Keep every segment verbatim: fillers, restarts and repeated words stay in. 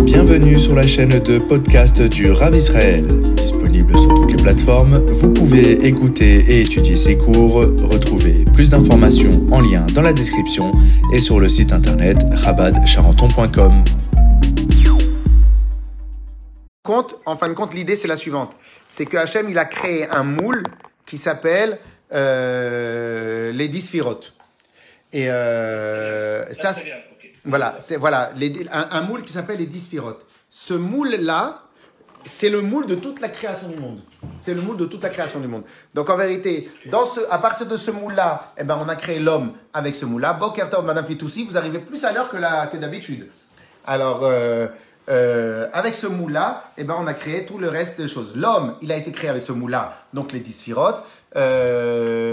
Bienvenue sur la chaîne de podcast du Rav Israël. Disponible sur toutes les plateformes, vous pouvez écouter et étudier ses cours. Retrouvez plus d'informations en lien dans la description et sur le site internet chabad charenton point com. En fin de compte, l'idée c'est la suivante. C'est que Hachem il a créé un moule qui s'appelle euh, les dix sphirotes. Et euh, ça, c'est, voilà, c'est voilà, les, un, un moule qui s'appelle les dix sphirotes. Ce moule-là, c'est le moule de toute la création du monde. C'est le moule de toute la création du monde. Donc en vérité, dans ce, à partir de ce moule-là, eh ben, on a créé l'homme avec ce moule-là. Boker Tov, Madame Fitoussi, vous arrivez plus à l'heure que, la, que d'habitude. Alors, euh, euh, avec ce moule-là, eh ben, on a créé tout le reste des choses. L'homme, il a été créé avec ce moule-là, donc les dix sphirotes. Euh,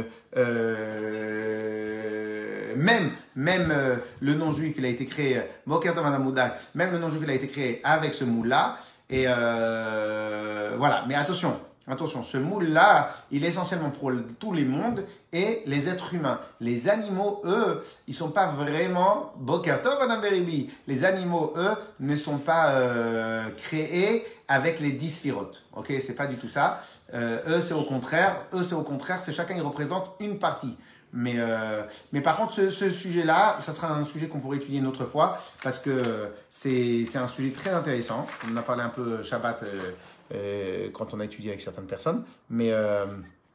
euh, même même euh, le nom juif, il a été créé, Boker Tov, Madame Moudak, même le nom juif, il a été créé avec ce moule-là. Et euh, voilà, mais attention, attention, ce moule-là, il est essentiellement pour tous les mondes et les êtres humains. Les animaux, eux, ils ne sont pas vraiment Boker Tov, Madame Beribi. Les animaux, eux, ne sont pas euh, créés avec les dix sphirotes. Ok, c'est pas du tout ça. Euh, eux, c'est au contraire. Eux, c'est au contraire. C'est chacun, il représente une partie. Mais, euh, mais par contre, ce, ce sujet-là, ça sera un sujet qu'on pourrait étudier une autre fois parce que c'est, c'est un sujet très intéressant. On en a parlé un peu Shabbat euh, euh, quand on a étudié avec certaines personnes. Mais, euh,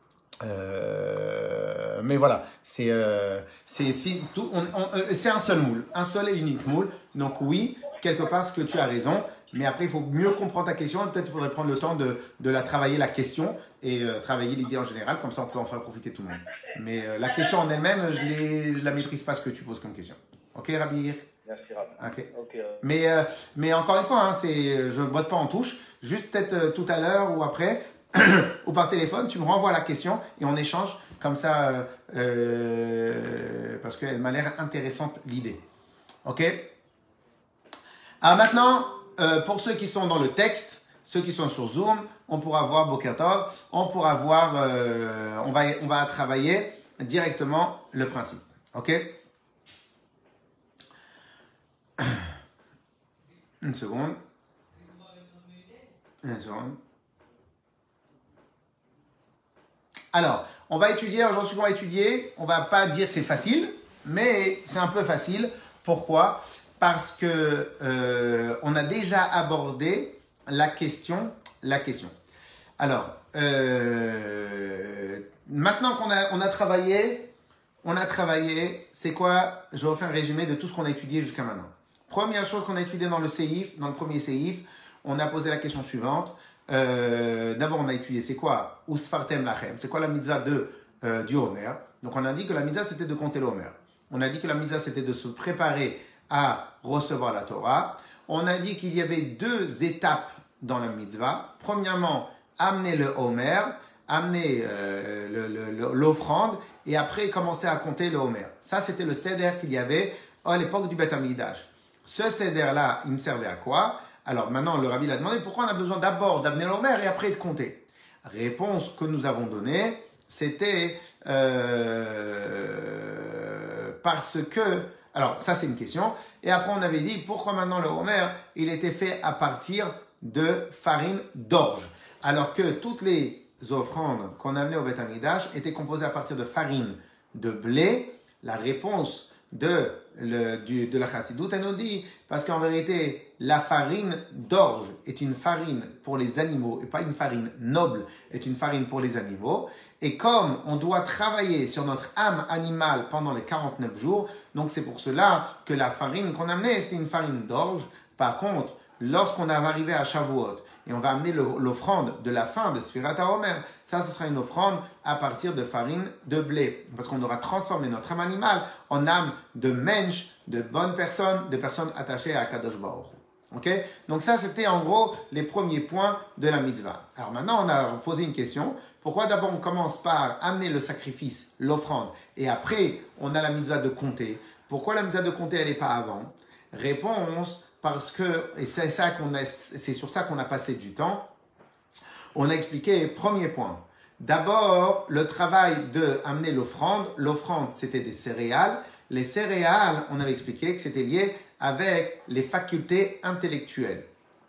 euh, mais voilà, c'est, euh, c'est, c'est, tout, on, on, c'est un seul moule, un seul et unique moule. Donc oui, quelque part, ce que tu as raison. Mais après, il faut mieux comprendre ta question. Peut-être qu'il faudrait prendre le temps de, de la travailler, la question, et euh, travailler l'idée en général. Comme ça, on peut en faire profiter tout le monde. Mais euh, la question en elle-même, je ne la maîtrise pas ce que tu poses comme question. Ok, Rabbi? Merci, Rabbi. Ok. okay. Mais, euh, mais encore une fois, hein, c'est, je ne botte pas en touche. Juste peut-être euh, tout à l'heure ou après, ou par téléphone, tu me renvoies la question et on échange. Comme ça, euh, euh, parce qu'elle m'a l'air intéressante, l'idée. Ok? Alors maintenant... Euh, pour ceux qui sont dans le texte, ceux qui sont sur Zoom, on pourra voir Boker Tov, on pourra voir, euh, on, va, on va travailler directement le principe. Ok? Une seconde. Une seconde. Alors, on va étudier, aujourd'hui on va étudier, on va pas dire que c'est facile, mais c'est un peu facile. Pourquoi ? Parce que euh, on a déjà abordé la question, la question. Alors, euh, maintenant qu'on a, on a travaillé, on a travaillé, c'est quoi? Je vais vous faire un résumé de tout ce qu'on a étudié jusqu'à maintenant. Première chose qu'on a étudié dans le séif, dans le premier séif, on a posé la question suivante. Euh, d'abord, on a étudié, c'est quoi? Usfartem lachem, c'est quoi la mitzvah de, euh, du Homer? Donc, on a dit que la mitzvah, c'était de compter le Homer. On a dit que la mitzvah, c'était de se préparer à recevoir la Torah. On a dit qu'il y avait deux étapes dans la mitzvah. Premièrement, amener le Homer, amener euh, le, le, le, l'offrande, et après commencer à compter le Homer. Ça, c'était le seder qu'il y avait à l'époque du Beth Amikdash. Ce seder-là, il me servait à quoi? Alors maintenant, le Rabbi l'a demandé pourquoi on a besoin d'abord d'amener le Homer et après de compter. Réponse que nous avons donnée, c'était euh, parce que alors, ça, c'est une question. Et après, on avait dit, pourquoi maintenant le Homer, il était fait à partir de farine d'orge, alors que toutes les offrandes qu'on amenait au Beth Amikdash étaient composées à partir de farine de blé. La réponse de, le, du, de la Chassidoute, elle nous dit, parce qu'en vérité, la farine d'orge est une farine pour les animaux, et pas une farine noble, est une farine pour les animaux. Et comme on doit travailler sur notre âme animale pendant les quarante-neuf jours, donc c'est pour cela que la farine qu'on amenait, c'était une farine d'orge. Par contre, lorsqu'on va arriver à Shavuot et on va amener le, l'offrande de la fin de Sfirat HaOmer, ça, ce sera une offrande à partir de farine de blé. Parce qu'on aura transformé notre âme animale en âme de mensch, de bonnes personnes, de personnes attachées à Kadosh Baruch Hu. Okay? Donc ça, c'était en gros les premiers points de la mitzvah. Alors maintenant, on a posé une question. Pourquoi d'abord on commence par amener le sacrifice, l'offrande, et après on a la mitzvah de compter? Pourquoi la mitzvah de compter, elle n'est pas avant? Réponse, parce que, et c'est, ça qu'on a, c'est sur ça qu'on a passé du temps, on a expliqué, premier point, d'abord le travail de amener l'offrande. L'offrande, c'était des céréales. Les céréales, on avait expliqué que c'était lié avec les facultés intellectuelles.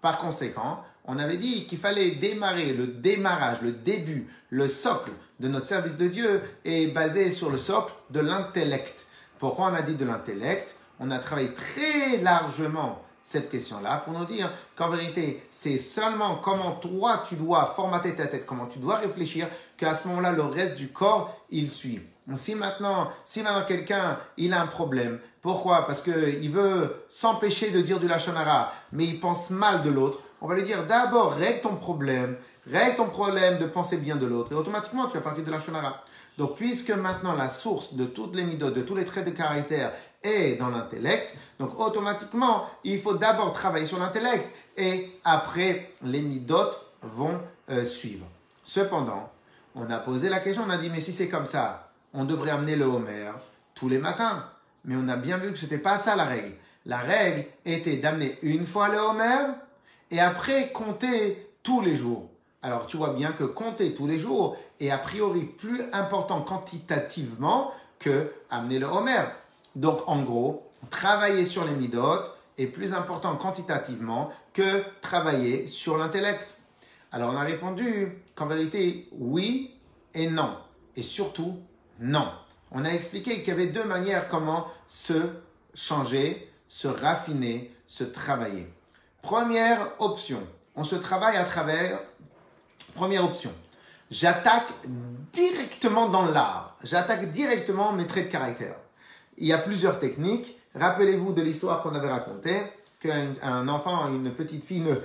Par conséquent, on avait dit qu'il fallait démarrer le démarrage, le début, le socle de notre service de Dieu est basé sur le socle de l'intellect. Pourquoi on a dit de l'intellect? On a travaillé très largement cette question-là pour nous dire qu'en vérité, c'est seulement comment toi tu dois formater ta tête, comment tu dois réfléchir, qu'à ce moment-là, le reste du corps, il suit. Si maintenant, si maintenant quelqu'un, il a un problème, pourquoi? Parce qu'il veut s'empêcher de dire du lachon hara, mais il pense mal de l'autre, on va lui dire d'abord, règle ton problème, règle ton problème de penser bien de l'autre, et automatiquement, tu vas partir de lachon hara. Donc, puisque maintenant la source de toutes les midot, de tous les traits de caractère est dans l'intellect, donc automatiquement, il faut d'abord travailler sur l'intellect et après, les midot vont euh, suivre. Cependant, on a posé la question, on a dit, mais si c'est comme ça, on devrait amener le Homer tous les matins. Mais on a bien vu que ce n'était pas ça la règle. La règle était d'amener une fois le Homer et après compter tous les jours. Alors, tu vois bien que compter tous les jours est a priori plus important quantitativement que amener le Homer. Donc, en gros, travailler sur les midot est plus important quantitativement que travailler sur l'intellect. Alors, on a répondu qu'en vérité, oui et non. Et surtout, non. On a expliqué qu'il y avait deux manières comment se changer, se raffiner, se travailler. Première option, on se travaille à travers... Première option, j'attaque directement dans l'art. J'attaque directement mes traits de caractère. Il y a plusieurs techniques. Rappelez-vous de l'histoire qu'on avait racontée, qu'un un enfant, une petite fille ne...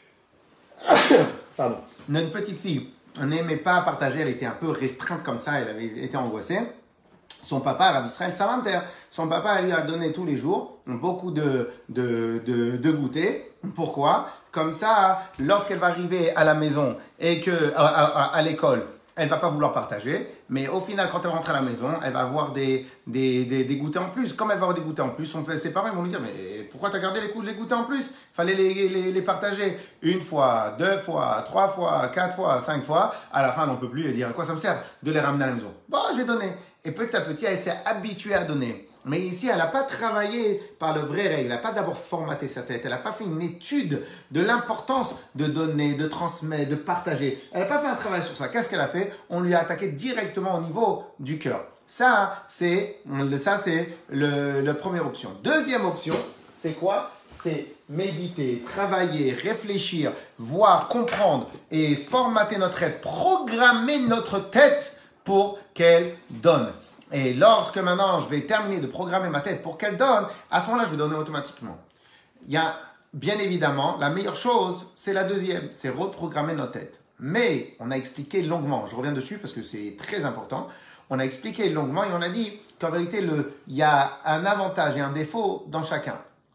Pardon. Une petite fille n'aimait pas partager, elle était un peu restreinte comme ça, elle avait été angoissée. Son papa, Rav Israël Salanter, son papa lui a donné tous les jours beaucoup de, de, de, de goûter. Pourquoi? Comme ça, lorsqu'elle va arriver à la maison et que, à, à, à l'école, elle ne va pas vouloir partager, mais au final, quand elle rentre à la maison, elle va avoir des, des, des, des goûters en plus. Comme elle va avoir des goûters en plus, son, ses parents vont lui dire, mais pourquoi tu as gardé les, les goûters en plus? Il fallait les, les, les partager une fois, deux fois, trois fois, quatre fois, cinq fois. À la fin, on ne peut plus lui dire, à quoi ça me sert de les ramener à la maison? Bon, je vais donner. Et petit à petit, elle s'est habituée à donner. Mais ici, elle n'a pas travaillé par le vrai règle. Elle n'a pas d'abord formaté sa tête. Elle n'a pas fait une étude de l'importance de donner, de transmettre, de partager. Elle n'a pas fait un travail sur ça. Qu'est-ce qu'elle a fait? On lui a attaqué directement au niveau du cœur. Ça, c'est, ça, c'est le, la première option. Deuxième option, c'est quoi? C'est méditer, travailler, réfléchir, voir, comprendre et formater notre tête, programmer notre tête pour qu'elle donne. Et lorsque maintenant je vais terminer de programmer ma tête pour qu'elle donne, à ce moment-là, je vais donner automatiquement. Il y a bien évidemment, la meilleure chose, c'est la deuxième, c'est reprogrammer notre tête. Mais on a expliqué longuement, je reviens dessus parce que c'est très important, on a expliqué longuement et on a dit qu'en vérité, le, il y a un avantage et un défaut dans chacun.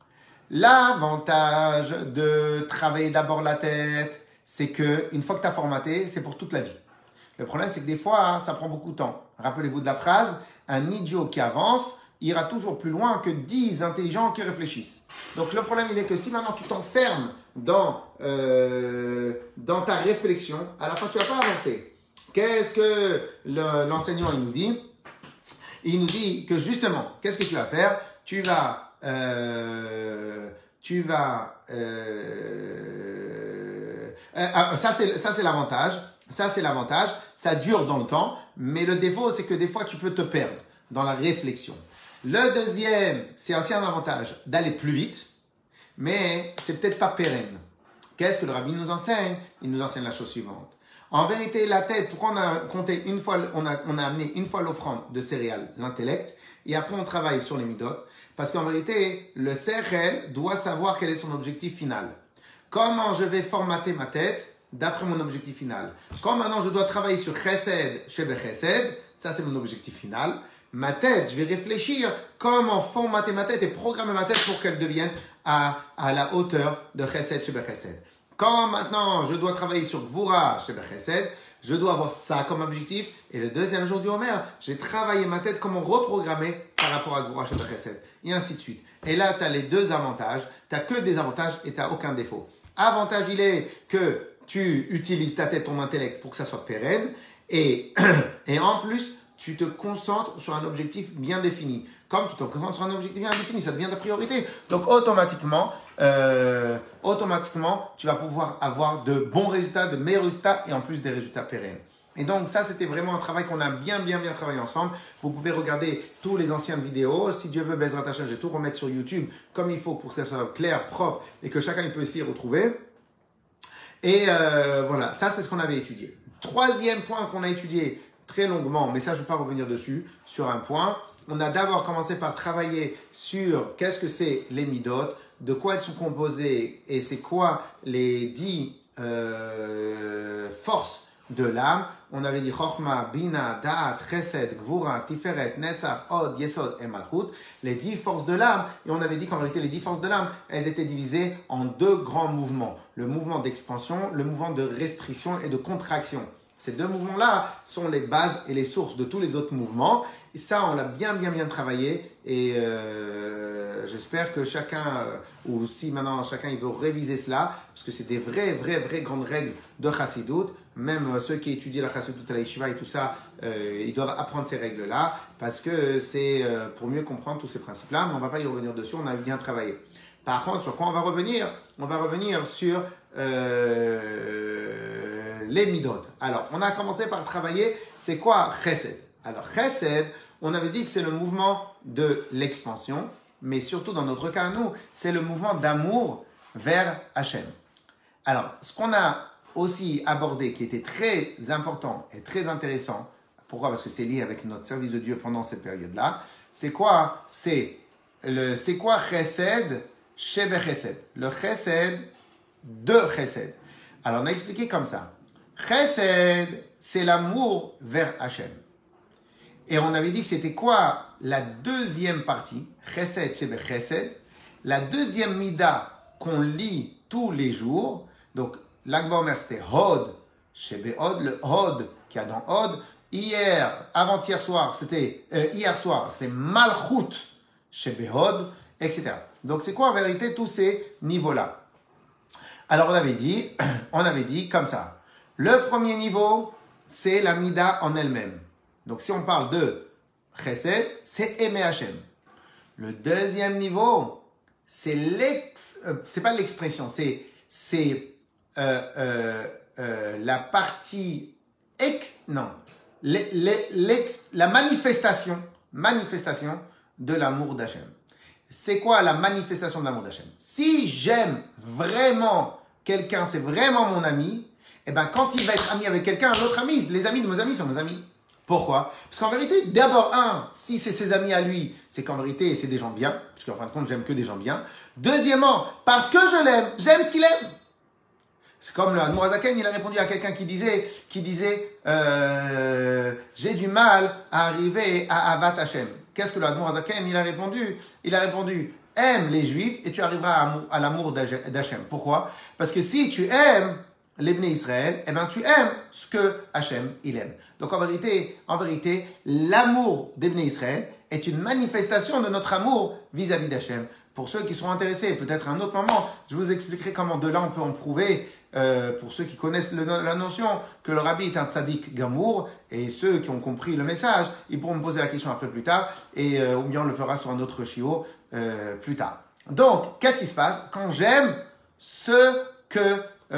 L'avantage de travailler d'abord la tête, c'est qu'une fois que tu as formaté, c'est pour toute la vie. Le problème, c'est que des fois, hein, ça prend beaucoup de temps. Rappelez-vous de la phrase, un idiot qui avance ira toujours plus loin que dix intelligents qui réfléchissent. Donc le problème, il est que si maintenant tu t'enfermes dans, euh, dans ta réflexion, à la fin, tu ne vas pas avancer. Qu'est-ce que le, l'enseignant il nous dit? Il nous dit que justement, qu'est-ce que tu vas faire? Tu vas... Euh, tu vas... Euh, euh, ça, c'est, ça, c'est l'avantage. Ça, c'est l'avantage. Ça dure dans le temps. Mais le défaut, c'est que des fois, tu peux te perdre dans la réflexion. Le deuxième, c'est aussi un avantage d'aller plus vite. Mais c'est peut-être pas pérenne. Qu'est-ce que le rabbi nous enseigne? Il nous enseigne la chose suivante. En vérité, la tête, pourquoi on a compté une fois, on a, on a amené une fois l'offrande de céréales, l'intellect, et après on travaille sur les midot, parce qu'en vérité, le sechel doit savoir quel est son objectif final. Comment je vais formater ma tête d'après mon objectif final? Quand maintenant je dois travailler sur chesed, shebe chesed, ça c'est mon objectif final. Ma tête, je vais réfléchir comment formater ma tête et programmer ma tête pour qu'elle devienne à, à la hauteur de chesed, shebe chesed. Quand maintenant je dois travailler sur Gvura, Shebe Chesed, je dois avoir ça comme objectif. Et le deuxième jour du Homer, j'ai travaillé ma tête, comment reprogrammer par rapport à Gvura, Shebe Chesed. Et ainsi de suite. Et là, tu as les deux avantages. Tu n'as que des avantages et tu n'as aucun défaut. Avantage, il est que tu utilises ta tête, ton intellect pour que ça soit pérenne. Et, et en plus, tu te concentres sur un objectif bien défini. Comme tu te concentres sur un objectif bien défini, ça devient ta priorité. Donc, automatiquement, euh, automatiquement, tu vas pouvoir avoir de bons résultats, de meilleurs résultats et en plus des résultats pérennes. Et donc ça, c'était vraiment un travail qu'on a bien, bien, bien travaillé ensemble. Vous pouvez regarder tous les anciennes vidéos. Si Dieu veut, Bezrat Hashem, je vais tout remettre sur YouTube comme il faut pour que ça soit clair, propre et que chacun puisse s'y retrouver. Et euh, voilà, ça, c'est ce qu'on avait étudié. Troisième point qu'on a étudié très longuement, mais ça, je ne vais pas revenir dessus, sur un point. On a d'abord commencé par travailler sur qu'est-ce que c'est les midot, de quoi elles sont composées et c'est quoi les dix euh, forces de l'âme. On avait dit Chochma, Bina, Da'at, Chesed, Gvura, Tiferet, Netzach, Od, Yesod et Malchut, les dix forces de l'âme. Et on avait dit qu'en vérité, les dix forces de l'âme, elles étaient divisées en deux grands mouvements. Le mouvement d'expansion, le mouvement de restriction et de contraction. Ces deux mouvements-là sont les bases et les sources de tous les autres mouvements. Et ça, on l'a bien, bien, bien travaillé. Et euh, j'espère que chacun, euh, ou si maintenant chacun il veut réviser cela, parce que c'est des vraies, vraies, vraies grandes règles de Chassidut. Même euh, ceux qui étudient la Chassidut à la Yeshiva et tout ça, euh, ils doivent apprendre ces règles-là, parce que c'est euh, pour mieux comprendre tous ces principes-là. Mais on ne va pas y revenir dessus, on a bien travaillé. Par contre, sur quoi on va revenir? On va revenir sur euh, les midot. Alors, on a commencé par travailler, c'est quoi Chesed? Alors, Chesed, on avait dit que c'est le mouvement de l'expansion, mais surtout dans notre cas, nous, c'est le mouvement d'amour vers Hachem. Alors, ce qu'on a aussi abordé, qui était très important et très intéressant, pourquoi? Parce que c'est lié avec notre service de Dieu pendant cette période-là, c'est quoi? C'est le, c'est quoi Chesed? Shebe Chesed, le Chesed de Chesed. Alors on a expliqué comme ça. Chesed, c'est l'amour vers Hachem. Et on avait dit que c'était quoi la deuxième partie, Chesed, Shebe Chesed, la deuxième mida qu'on lit tous les jours. Donc l'Akba Omer c'était Hod, Shebe Hod, le Hod qu'il y a dans Hod. Hier, avant-hier soir, c'était euh, hier soir, c'était Malchut, Shebe Hod, et cetera. Donc, c'est quoi en vérité tous ces niveaux-là? Alors, on avait dit, on avait dit comme ça. Le premier niveau, c'est la mida en elle-même. Donc, si on parle de chesed, c'est aimer Hachem. Le deuxième niveau, c'est l'ex, euh, c'est pas l'expression, c'est c'est euh, euh, euh, la partie ex, non, les, les, l'ex, la manifestation, manifestation de l'amour d'Hachem. C'est quoi la manifestation de l'amour d'Hachem? Si j'aime vraiment quelqu'un, c'est vraiment mon ami, et ben quand il va être ami avec quelqu'un, un autre ami, les amis de mes amis sont mes amis. Pourquoi? Parce qu'en vérité, d'abord, un, si c'est ses amis à lui, c'est qu'en vérité, c'est des gens bien, parce qu'en fin de compte, j'aime que des gens bien. Deuxièmement, parce que je l'aime, j'aime ce qu'il aime. C'est comme le Admour Hazaken, il a répondu à quelqu'un qui disait, qui disait, euh, j'ai du mal à arriver à Avat Hachem. Qu'est-ce que le Admour Hazaken, il a répondu? Il a répondu, aime les Juifs et tu arriveras à, à l'amour d'Hachem. Pourquoi? Parce que si tu aimes les Bnei Israël, eh ben tu aimes ce que Hachem, il aime. Donc en vérité, en vérité, l'amour des Bnei Israël est une manifestation de notre amour vis-à-vis d'Hachem. Pour ceux qui sont intéressés, peut-être à un autre moment, je vous expliquerai comment de là on peut en prouver, euh, pour ceux qui connaissent le, la notion, que le rabbi est un tzaddik gamour, et ceux qui ont compris le message, ils pourront me poser la question après plus tard, et euh, ou bien on le fera sur un autre shiur euh, plus tard. Donc, qu'est-ce qui se passe quand j'aime ce que,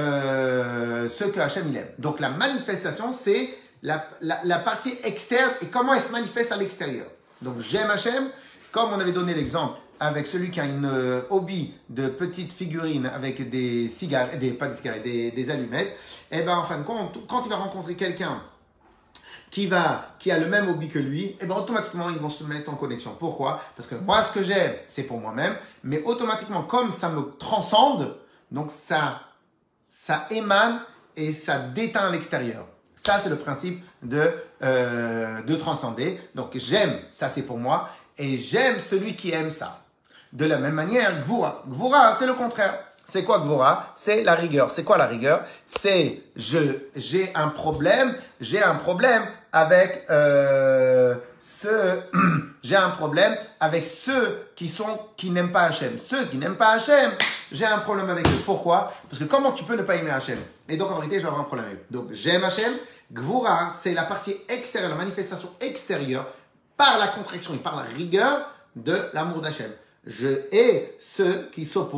euh, ce que Hachem il aime? Donc la manifestation, c'est la, la, la partie externe, et comment elle se manifeste à l'extérieur. Donc j'aime Hachem, comme on avait donné l'exemple, avec celui qui a une euh, hobby de petites figurines avec des cigarettes, des, pas des cigarettes, des, des allumettes, et ben en fin de compte, quand il va rencontrer quelqu'un qui va, qui a le même hobby que lui, et ben automatiquement ils vont se mettre en connexion. Pourquoi? Parce que moi ce que j'aime, c'est pour moi-même, mais automatiquement comme ça me transcende, donc ça, ça émane et ça déteint à l'extérieur. Ça c'est le principe de, euh, de transcender. Donc j'aime, ça c'est pour moi, et j'aime celui qui aime ça. De la même manière, Gvura. Gvura, c'est le contraire. C'est quoi Gvura? C'est la rigueur. C'est quoi la rigueur? C'est je, j'ai un problème, j'ai un problème avec euh, ceux, j'ai un problème avec ceux qui sont, qui n'aiment pas Hachem. Ceux qui n'aiment pas Hachem, j'ai un problème avec eux. Pourquoi? Parce que comment tu peux ne pas aimer Hachem? Et donc en vérité, je vais avoir un problème avec eux. Donc j'aime Hachem. Gvura, c'est la partie extérieure, la manifestation extérieure par la contraction et par la rigueur de l'amour d'Hachem. Je hais ceux qui s'opposent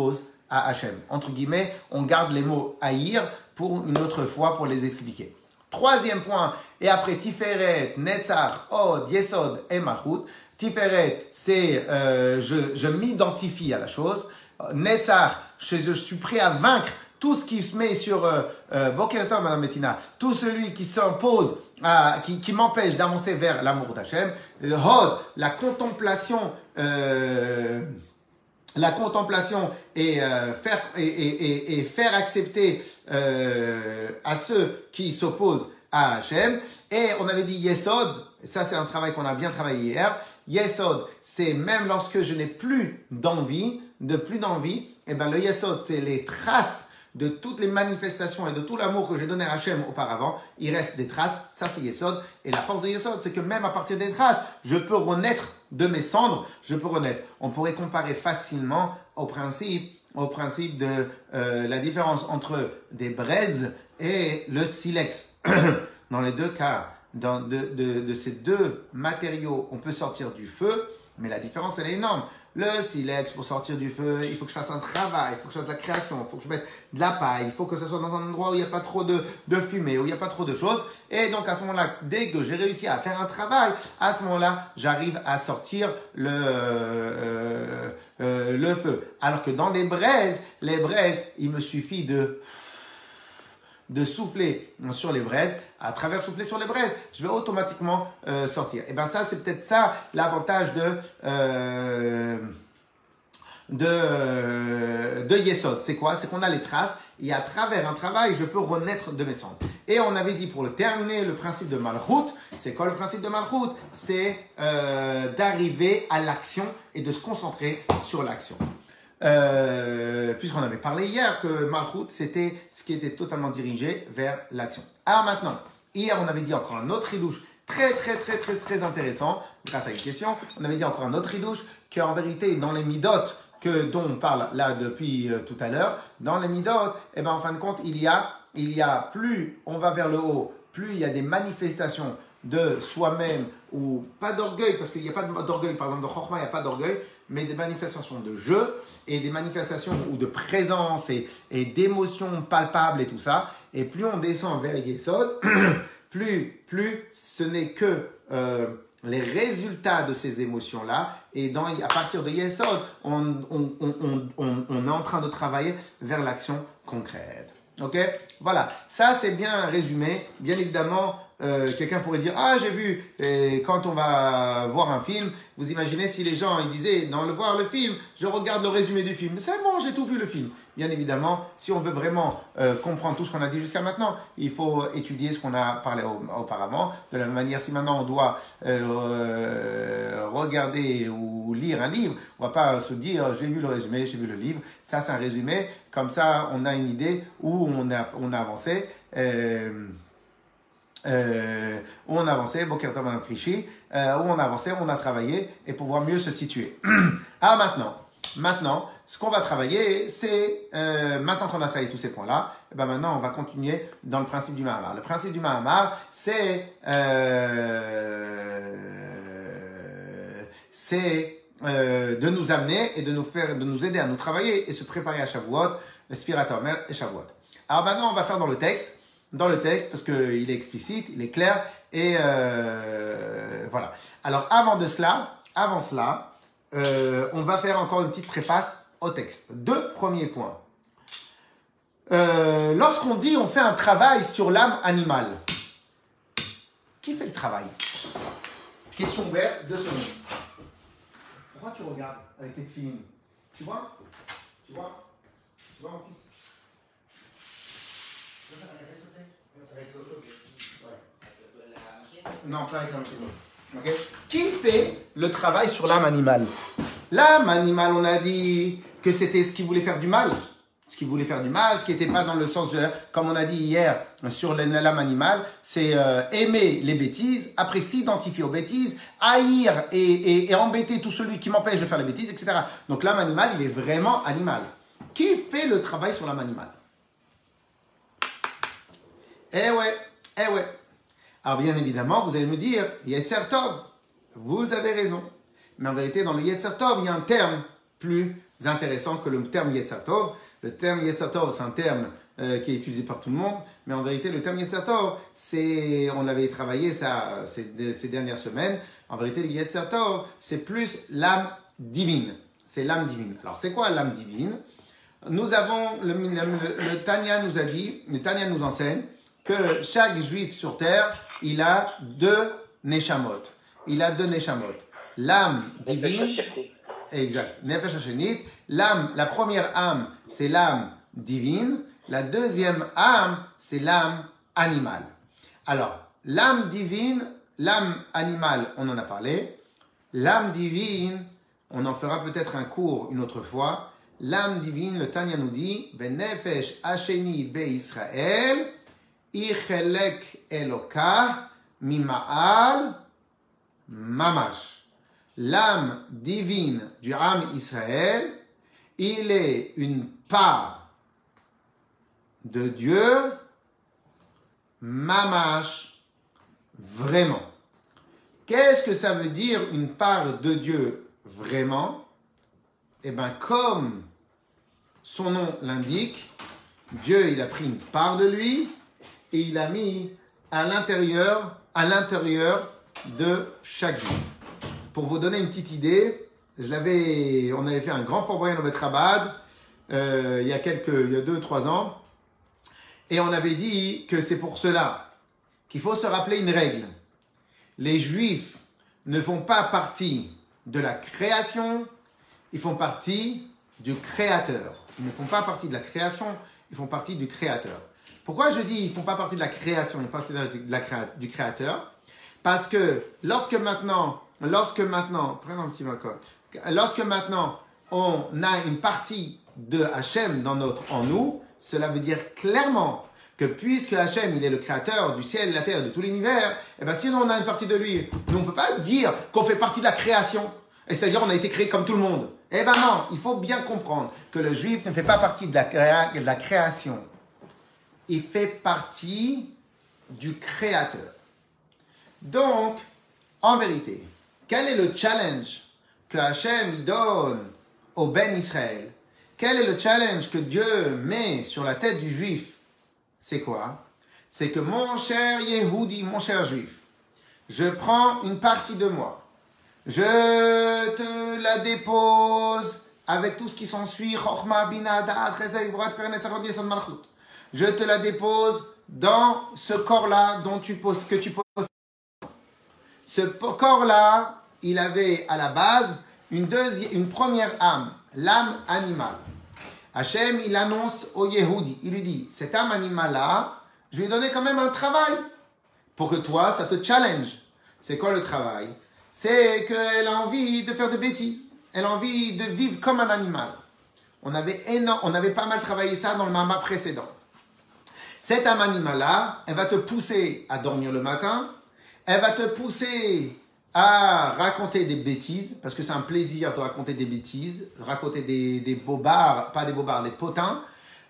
à Hachem. Entre guillemets, on garde les mots haïr pour une autre fois pour les expliquer. Troisième point, et après Tiferet, Netzach, Od, Yesod et Malchut. Tiferet, c'est euh, je, je m'identifie à la chose. Netzach, je, je suis prêt à vaincre tout ce qui se met sur euh, euh, Boker Tov, Madame Bettina, tout celui qui s'impose, à, qui, qui m'empêche d'avancer vers l'amour d'Hachem. Hod, la contemplation, euh, la contemplation et, euh, faire, et, et, et, et faire accepter euh, à ceux qui s'opposent à Hachem. Et on avait dit Yesod, ça c'est un travail qu'on a bien travaillé hier. Yesod, c'est même lorsque je n'ai plus d'envie, de plus d'envie, et ben le Yesod, c'est les traces de toutes les manifestations et de tout l'amour que j'ai donné à Hachem auparavant. Il reste des traces, ça c'est Yesod. Et la force de Yesod, c'est que même à partir des traces, je peux renaître de mes cendres, je peux renaître. On pourrait comparer facilement au principe, au principe de euh, la différence entre des braises et le silex. Dans les deux cas, dans de, de, de ces deux matériaux, on peut sortir du feu, mais la différence, elle est énorme. Le silex, pour sortir du feu, il faut que je fasse un travail, il faut que je fasse de la création, il faut que je mette de la paille, il faut que ce soit dans un endroit où il n'y a pas trop de, de fumée, où il n'y a pas trop de choses. Et donc, à ce moment-là, dès que j'ai réussi à faire un travail, à ce moment-là, j'arrive à sortir le, euh, euh, le feu. Alors que dans les braises, les braises, il me suffit de... de souffler sur les braises, à travers souffler sur les braises, je vais automatiquement euh, sortir. Et bien ça, c'est peut-être ça l'avantage de euh, de euh, de Yesod. C'est quoi? C'est qu'on a les traces et à travers un travail, je peux renaître de mes cendres. Et on avait dit pour le terminer, le principe de Malchut. C'est quoi le principe de Malchut? C'est euh, d'arriver à l'action et de se concentrer sur l'action. Euh, puisqu'on avait parlé hier que Malchut, c'était ce qui était totalement dirigé vers l'action. Alors maintenant, hier, on avait dit encore un autre ridouche très, très, très, très, très intéressant, grâce à une question. On avait dit encore un autre ridouche qu'en vérité, dans les midot, que, dont on parle là depuis euh, tout à l'heure, dans les midot, eh ben, en fin de compte, il y a, il y a plus on va vers le haut, plus il y a des manifestations de soi-même, ou pas d'orgueil, parce qu'il n'y a pas d'orgueil, par exemple, de Chokhmah, il n'y a pas d'orgueil, mais des manifestations de jeu et des manifestations ou de présence et, et d'émotions palpables et tout ça. Et plus on descend vers Yesod, plus, plus ce n'est que euh, les résultats de ces émotions-là. Et dans, à partir de Yesod, on, on, on, on, on est en train de travailler vers l'action concrète. Ok? Voilà, ça c'est bien résumé. Bien évidemment, euh, quelqu'un pourrait dire « Ah, j'ai vu, et quand on va voir un film, vous imaginez si les gens ils disaient « Dans le voir le film, je regarde le résumé du film. » C'est bon, j'ai tout vu le film. Bien évidemment, si on veut vraiment euh, comprendre tout ce qu'on a dit jusqu'à maintenant, il faut étudier ce qu'on a parlé au, auparavant. De la même manière, si maintenant on doit euh, regarder ou lire un livre, on ne va pas se dire « J'ai vu le résumé, j'ai vu le livre. » Ça, c'est un résumé. Comme ça, on a une idée où on a, on a avancé. Euh, Euh, où on a avancé, Boker Tov Madame Krishi, euh, où on a avancé, où on a travaillé, et pouvoir mieux se situer. Ah, maintenant, maintenant, ce qu'on va travailler, c'est, euh, maintenant qu'on a travaillé tous ces points-là, et ben maintenant, on va continuer dans le principe du Mahamar. Le principe du Mahamar, c'est, euh, c'est euh, de nous amener et de nous faire, de nous aider à nous travailler et se préparer à Shavuot, Spirator et Shavuot. Alors maintenant, on va faire dans le texte. Dans le texte, parce qu'il est explicite, il est clair, et euh, voilà. Alors, avant de cela, avant cela, euh, on va faire encore une petite préface au texte. Deux premiers points. Euh, lorsqu'on dit on fait un travail sur l'âme animale, qui fait le travail? Question ouverte, deux secondes. Pourquoi tu regardes avec tes films? Tu vois? Tu vois? Tu vois mon fils? Non, pas avec la machine. Okay. Qui fait le travail sur l'âme animale? L'âme animale, on a dit que c'était ce qui voulait faire du mal. Ce qui voulait faire du mal, ce qui n'était pas dans le sens de, comme on a dit hier sur l'âme animale, c'est euh, aimer les bêtises, après s'identifier aux bêtises, haïr et, et, et embêter tout celui qui m'empêche de faire les bêtises, et cetera. Donc l'âme animale, il est vraiment animal. Qui fait le travail sur l'âme animale? Eh ouais, eh ouais. Alors bien évidemment, vous allez me dire, Yetzer Tov, vous avez raison. Mais en vérité, dans le Yetzer Tov, il y a un terme plus intéressant que le terme Yetzer Tov. Le terme Yetzer Tov, c'est un terme euh, qui est utilisé par tout le monde, mais en vérité, le terme Yetzer Tov, c'est, on avait travaillé ça ces, ces dernières semaines. En vérité, le Yetzer Tov, c'est plus l'âme divine. C'est l'âme divine. Alors, c'est quoi l'âme divine? Nous avons, le, le, le, le Tanya nous a dit, le Tanya nous enseigne que chaque juif sur terre, il a deux neshamot. Il a deux neshamot. L'âme divine. Exact. Nefesh Hashanit. L'âme, la première âme, c'est l'âme divine. La deuxième âme, c'est l'âme animale. Alors, l'âme divine, l'âme animale, on en a parlé. L'âme divine, on en fera peut-être un cours une autre fois. L'âme divine, le Tanya nous dit, Benefesh Hashanit be Israël, Ichelek Eloka, Mima'al, Mamash. L'âme divine du âme Israël, il est une part de Dieu, Mamash, vraiment. Qu'est-ce que ça veut dire une part de Dieu vraiment? Eh bien, comme son nom l'indique, Dieu, il a pris une part de lui et il l'a mis à l'intérieur, à l'intérieur de chaque juif. Pour vous donner une petite idée, je l'avais, on avait fait un grand Fort Boyard au Bet Chabad euh, il y a quelques, il y a deux, trois ans, et on avait dit que c'est pour cela qu'il faut se rappeler une règle. Les Juifs ne font pas partie de la création, ils font partie du Créateur. Ils ne font pas partie de la création, ils font partie du Créateur. Pourquoi je dis ils ne font pas partie de la création, ils font partie de la créa- du Créateur? Parce que lorsque maintenant Lorsque maintenant, prenons un petit macot, lorsque maintenant on a une partie de Hachem dans notre, en nous, cela veut dire clairement que puisque Hachem, il est le créateur du ciel, de la terre, de tout l'univers, et bien si on a une partie de lui, nous on ne peut pas dire qu'on fait partie de la création, et c'est-à-dire on a été créé comme tout le monde. Eh bien non, il faut bien comprendre que le juif ne fait pas partie de la, créa, de la création, il fait partie du créateur. Donc, en vérité, quel est le challenge que Hachem donne au Ben Israël? Quel est le challenge que Dieu met sur la tête du juif? C'est quoi? C'est que mon cher Yehudi, mon cher juif, je prends une partie de moi, je te la dépose avec tout ce qui s'ensuit, je te la dépose dans ce corps-là dont tu poses, que tu poses. Ce corps-là, il avait à la base une, deuxième, une première âme, l'âme animale. Hachem, il annonce au Yehudi, il lui dit, cette âme animale-là, je lui ai donné quand même un travail pour que toi, ça te challenge. C'est quoi le travail? C'est qu'elle a envie de faire des bêtises. Elle a envie de vivre comme un animal. On avait, énorme, on avait pas mal travaillé ça dans le mama précédent. Cette âme animale-là, elle va te pousser à dormir le matin, elle va te pousser à raconter des bêtises, parce que c'est un plaisir de raconter des bêtises, raconter des, des bobards, pas des bobards, des potins.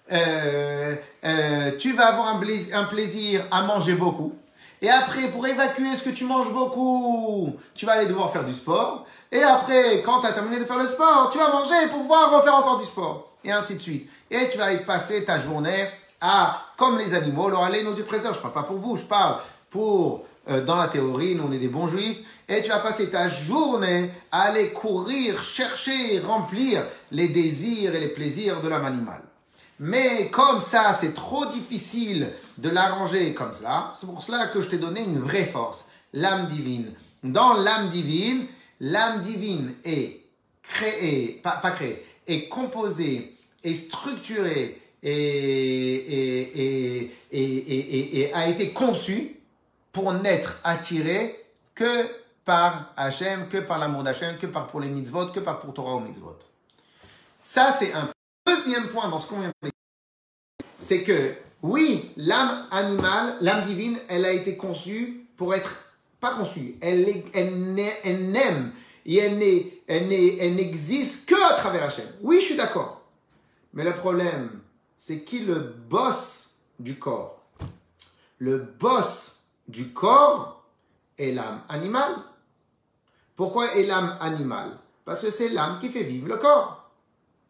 Euh, euh, tu vas avoir un plaisir, un plaisir à manger beaucoup. Et après, pour évacuer ce que tu manges beaucoup, tu vas aller devoir faire du sport. Et après, quand tu as terminé de faire le sport, tu vas manger pour pouvoir refaire encore du sport. Et ainsi de suite. Et tu vas y passer ta journée à, comme les animaux, leur aller nous du présent. Je ne parle pas pour vous, je parle pour... dans la théorie, nous on est des bons juifs, et tu vas passer ta journée à aller courir, chercher, remplir les désirs et les plaisirs de l'âme animale. Mais comme ça, c'est trop difficile de l'arranger comme ça, c'est pour cela que je t'ai donné une vraie force, l'âme divine. Dans l'âme divine, l'âme divine est créée, pas, pas créée, est composée, est structurée et, et, et, et, et, et, et a été conçue pour n'être attiré que par Hachem, que par l'amour d'Hachem, que par pour les mitzvot, que par pour Torah ou mitzvot. Ça, c'est un deuxième point dans ce qu'on vient de dire. C'est que, oui, l'âme animale, l'âme divine, elle a été conçue pour être, pas conçue, elle, est, elle, n'est, elle n'aime et elle, n'est, elle, n'est, elle n'existe que à travers Hachem. Oui, je suis d'accord. Mais le problème, c'est qui le boss du corps? Le boss du corps est l'âme animale. Pourquoi est l'âme animale? Parce que c'est l'âme qui fait vivre le corps.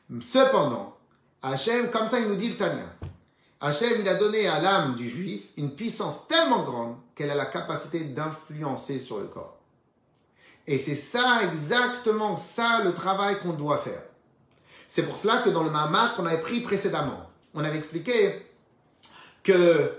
Cependant, Hachem, comme ça il nous dit le Tanya, Hachem, il a donné à l'âme du juif une puissance tellement grande qu'elle a la capacité d'influencer sur le corps. Et c'est ça, exactement ça, le travail qu'on doit faire. C'est pour cela que dans le Mahamar qu'on avait pris précédemment, on avait expliqué que,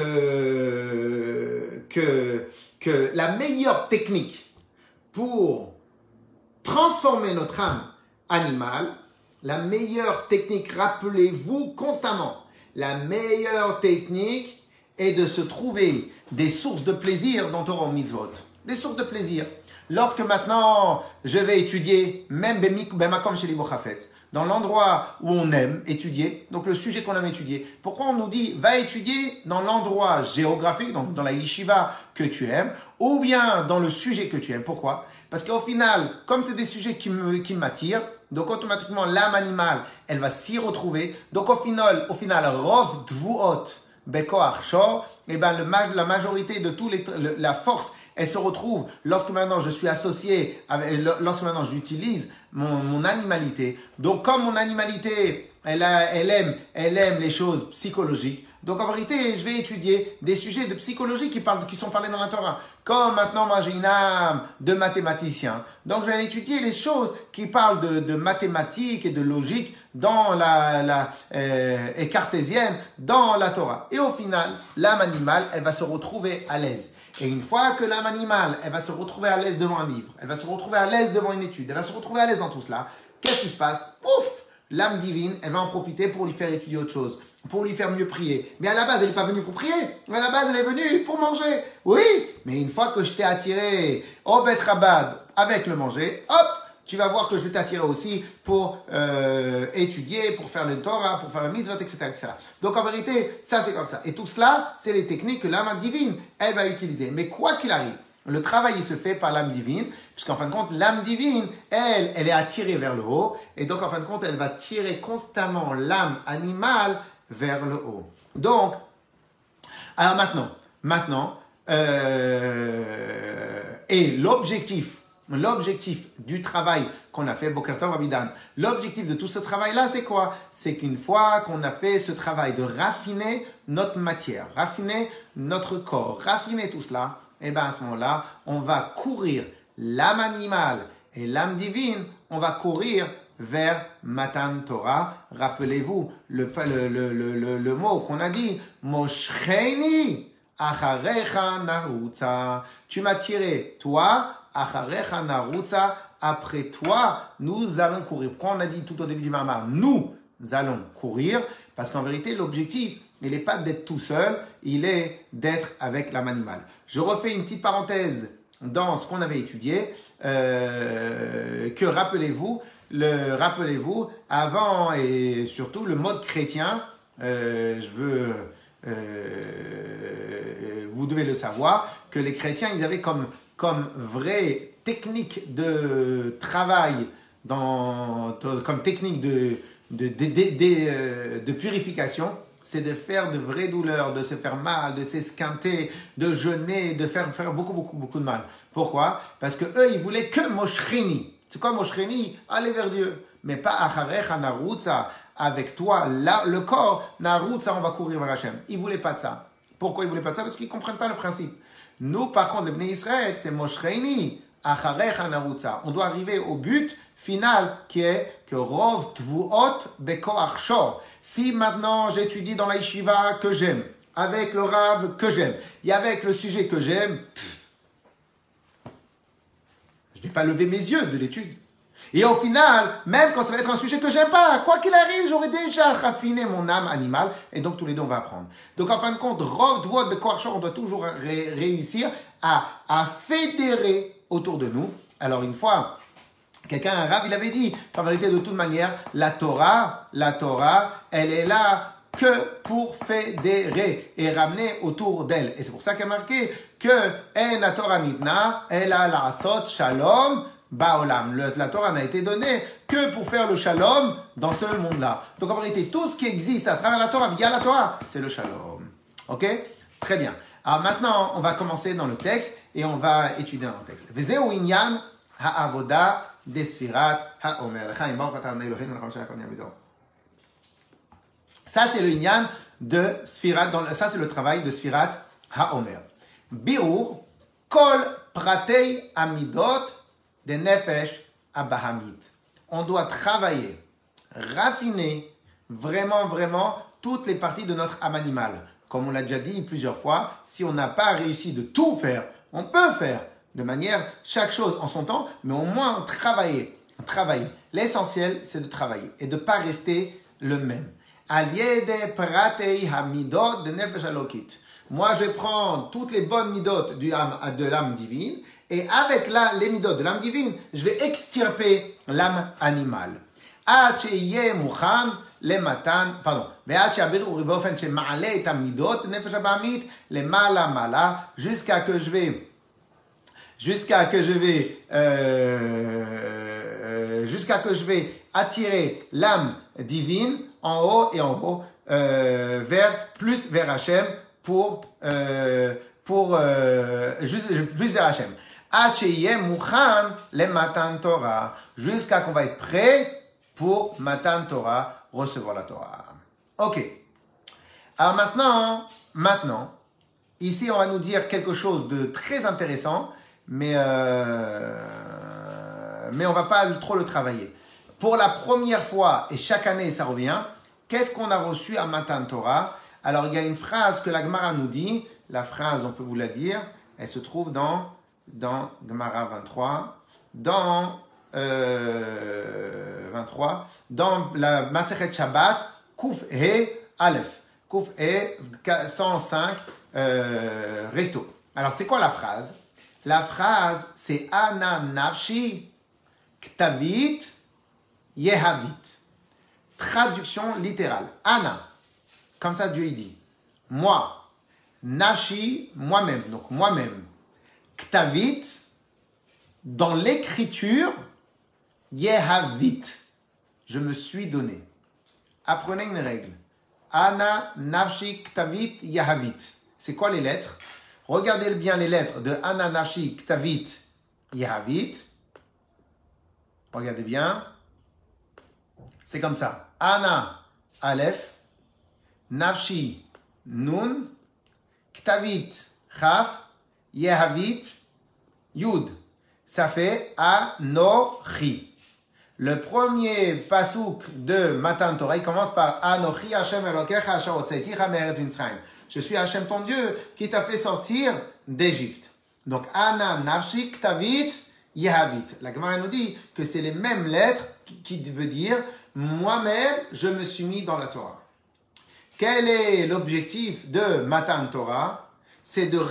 que, que, que la meilleure technique pour transformer notre âme animale, la meilleure technique, rappelez-vous constamment, la meilleure technique est de se trouver des sources de plaisir dans Torah Mitzvot. Des sources de plaisir. Lorsque maintenant je vais étudier, même Bemakom Sheli Bochafet, dans l'endroit où on aime étudier, donc le sujet qu'on aime étudier, pourquoi on nous dit va étudier dans l'endroit géographique, donc dans la yeshiva que tu aimes, ou bien dans le sujet que tu aimes. Pourquoi? Parce qu'au final, comme c'est des sujets qui me, qui m'attirent, donc automatiquement l'âme animale, elle va s'y retrouver. Donc au final, au final, Rov Dvuot Bekoach Shor, et ben le, la majorité de tous les, le, la force, elle se retrouve lorsque maintenant je suis associé, avec, lorsque maintenant j'utilise mon, mon animalité. Donc comme mon animalité, elle, a, elle, aime, elle aime les choses psychologiques. Donc en vérité, je vais étudier des sujets de psychologie qui, parlent, qui sont parlés dans la Torah. Comme maintenant, moi j'ai une âme de mathématicien. Donc je vais aller étudier les choses qui parlent de, de mathématiques et de logique dans la, la euh, et cartésienne dans la Torah. Et au final, l'âme animale, elle va se retrouver à l'aise. Et une fois que l'âme animale, elle va se retrouver à l'aise devant un livre, elle va se retrouver à l'aise devant une étude, elle va se retrouver à l'aise dans tout cela, qu'est-ce qui se passe? Ouf! L'âme divine, elle va en profiter pour lui faire étudier autre chose, pour lui faire mieux prier. Mais à la base, elle n'est pas venue pour prier. À la base, elle est venue pour manger. Oui, mais une fois que je t'ai attiré au Bet Rabad avec le manger, hop, tu vas voir que je vais t'attirer aussi pour euh, étudier, pour faire le Torah, pour faire le mitzvot, et cetera, et cetera. Donc en vérité, ça c'est comme ça. Et tout cela, c'est les techniques que l'âme divine, elle va utiliser. Mais quoi qu'il arrive, le travail, il se fait par l'âme divine, puisqu'en fin de compte, l'âme divine, elle, elle est attirée vers le haut, et donc en fin de compte, elle va tirer constamment l'âme animale vers le haut. Donc, alors maintenant, maintenant, euh, et l'objectif, l'objectif du travail qu'on a fait, Boker Tov Abidan, l'objectif de tout ce travail-là, c'est quoi? C'est qu'une fois qu'on a fait ce travail de raffiner notre matière, raffiner notre corps, raffiner tout cela, et bien à ce moment-là, on va courir l'âme animale et l'âme divine, on va courir vers Matan Torah. Rappelez-vous le, le, le, le, le mot qu'on a dit, Moshcheni acharecha narutza. Tu m'as tiré, toi, acharecha narutza, après toi, nous allons courir. Pourquoi on a dit tout au début du Mahamar, nous allons courir? Parce qu'en vérité, l'objectif, il n'est pas d'être tout seul, il est d'être avec l'âme animale. Je refais une petite parenthèse dans ce qu'on avait étudié, euh, que rappelez-vous, le, rappelez-vous, avant et surtout le mode chrétien, euh, je veux, euh, vous devez le savoir, que les chrétiens, ils avaient comme, comme vraie technique de travail, dans, comme technique de, de, de, de, de, de purification, c'est de faire de vraies douleurs, de se faire mal, de s'esquinter, de jeûner, de faire, faire beaucoup, beaucoup, beaucoup de mal. Pourquoi? Parce que eux, ils voulaient que Moshcheni. C'est quoi Moshcheni? Aller vers Dieu. Mais pas Acharecha Narutza. Avec toi, là, le corps, Narutza, on va courir vers Hachem. Ils voulaient pas de ça. Pourquoi ils voulaient pas de ça? Parce qu'ils comprennent pas le principe. Nous, par contre, les Bnei Israël, c'est Moshcheni, Acharecha Narutza. On doit arriver au but final qui est que Rov Tvuot Bekoach Shor. Si maintenant j'étudie dans la yeshiva que j'aime, avec le rab que j'aime, et avec le sujet que j'aime, pff, je ne vais pas lever mes yeux de l'étude. Et au final, même quand ça va être un sujet que j'aime pas, quoi qu'il arrive, j'aurai déjà raffiné mon âme animale, et donc tous les deux on va apprendre. Donc en fin de compte, Rov Tvuot Bekoach Shor, on doit toujours ré- réussir à, à fédérer autour de nous. Alors une fois, quelqu'un, un rab, il avait dit qu'en vérité, de toute manière, la Torah, la Torah, elle est là que pour fédérer et ramener autour d'elle. Et c'est pour ça qu'il y a marqué que En la Torah nitna, elle a la'asot shalom ba'olam. La Torah n'a été donnée que pour faire le shalom dans ce monde-là. Donc en vérité, tout ce qui existe à travers la Torah, via la Torah, c'est le shalom. Ok? Très bien. Alors maintenant, on va commencer dans le texte et on va étudier dans le texte. Vezeu inyan ha'avoda des Sfirat HaOmer. Ça, c'est le Inyan de Sfirat, dans le, ça, c'est le travail de Sfirat HaOmer. Birur, Kol Pratei Amidot de Nefesh Abahamit. On doit travailler, raffiner vraiment, vraiment toutes les parties de notre âme animale. Comme on l'a déjà dit plusieurs fois, si on n'a pas réussi de tout faire, on peut faire de manière, chaque chose en son temps, mais au moins travailler. travailler. L'essentiel, c'est de travailler et de ne pas rester le même. Aliede Pratei Hamidot de Nefesh Alokit. Moi, je vais prendre toutes les bonnes midot du âme, de l'âme divine et avec la, les midot de l'âme divine, je vais extirper l'âme animale. Acheye Mouchan le matan, pardon, jusqu'à que je vais, jusqu'à que je vais, euh, jusqu'à que je vais attirer l'âme divine en haut et en haut, euh, vers, plus vers Hachem, pour, euh, pour, euh, juste, plus vers Hachem. Jusqu'à qu'on va être prêt pour Matan Torah, recevoir la Torah. Ok. Alors maintenant, maintenant, ici on va nous dire quelque chose de très intéressant, mais, euh, mais on ne va pas trop le travailler. Pour la première fois, et chaque année ça revient, qu'est-ce qu'on a reçu à Matan Torah? Alors il y a une phrase que la Gemara nous dit, la phrase on peut vous la dire, elle se trouve dans, dans Gemara vingt-trois, dans euh, vingt-trois, dans la Masechet Shabbat, Kuf He Aleph, Kuf He cent cinq euh, recto. Alors c'est quoi la phrase? La phrase c'est Ana Nafshi Ktavit Yehavit. Traduction littérale. Ana, comme ça Dieu il dit, moi, Nafshi, moi-même, donc moi-même, Ktavit, dans l'écriture, Yehavit, je me suis donné. Apprenez une règle. Ana, Nafshi, Ktavit, Yehavit. C'est quoi les lettres? Regardez bien les lettres de Ana, Nafshi, Ktavit, Yehavit. Regardez bien. C'est comme ça. Ana, Aleph. Nafshi, Nun. Ktavit, Chaf. Yehavit, Yud. Ça fait Anochi. Le premier pasouk de Matan Torah, il commence par Anochi Hashem Elokecha asher hotzaiticha me'eretz Mitzrayim. Je suis Hashem ton Dieu qui t'a fait sortir d'Égypte. Donc Ana Nafshi Ktavit Yehavit. La Gemara nous dit que c'est les mêmes lettres qui veut dire moi-même je me suis mis dans la Torah. Quel est l'objectif de Matan Torah? C'est de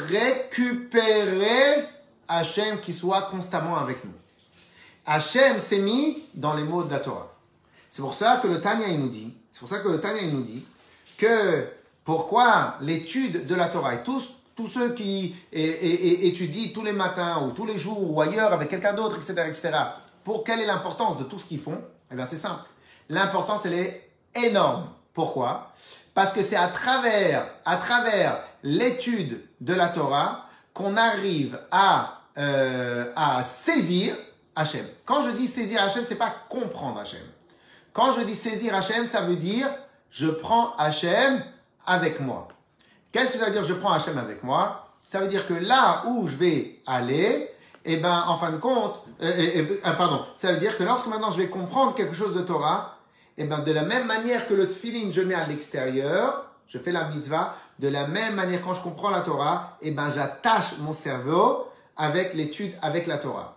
récupérer Hachem qui soit constamment avec nous. Hachem s'est mis dans les mots de la Torah. C'est pour ça que le Tanya il nous dit, c'est pour ça que le Tanya il nous dit que pourquoi l'étude de la Torah et tous, tous ceux qui et, et, et, étudient tous les matins ou tous les jours ou ailleurs avec quelqu'un d'autre, et cetera, et cetera. Pour quelle est l'importance de tout ce qu'ils font? Eh bien c'est simple. L'importance elle est énorme. Pourquoi? Parce que c'est à travers, à travers l'étude de la Torah qu'on arrive à, euh, à saisir Hachem. Quand je dis saisir Hachem, c'est pas comprendre Hachem. Quand je dis saisir Hachem, ça veut dire je prends Hachem avec moi. Qu'est-ce que ça veut dire je prends Hachem avec moi? Ça veut dire que là où je vais aller, eh ben, en fin de compte, euh, euh, euh, pardon, ça veut dire que lorsque maintenant je vais comprendre quelque chose de Torah, eh ben, de la même manière que le tefillin, je mets à l'extérieur, je fais la mitzvah, de la même manière quand je comprends la Torah, eh ben, j'attache mon cerveau avec l'étude, avec la Torah.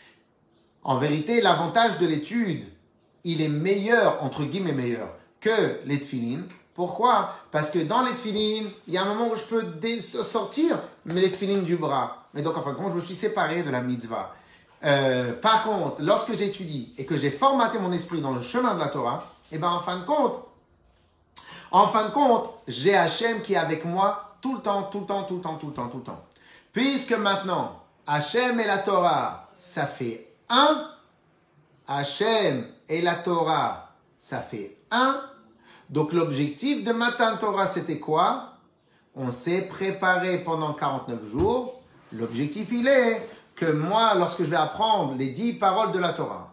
En vérité, l'avantage de l'étude, il est meilleur, entre guillemets meilleur, que les tefillin. Pourquoi? Parce que dans les tefillin, il y a un moment où je peux dé- sortir les tefillin du bras. Et donc, en fin de compte, je me suis séparé de la mitzvah. Euh, par contre, lorsque j'étudie et que j'ai formaté mon esprit dans le chemin de la Torah, et ben en fin de compte, en fin de compte, j'ai Hachem qui est avec moi tout le temps, tout le temps, tout le temps, tout le temps, tout le temps. Puisque maintenant, Hachem et la Torah, ça fait un. Hachem et la Torah, ça fait un. Donc l'objectif de Matan Torah, c'était quoi? On s'est préparé pendant quarante-neuf jours. L'objectif, il est que moi, lorsque je vais apprendre les dix paroles de la Torah,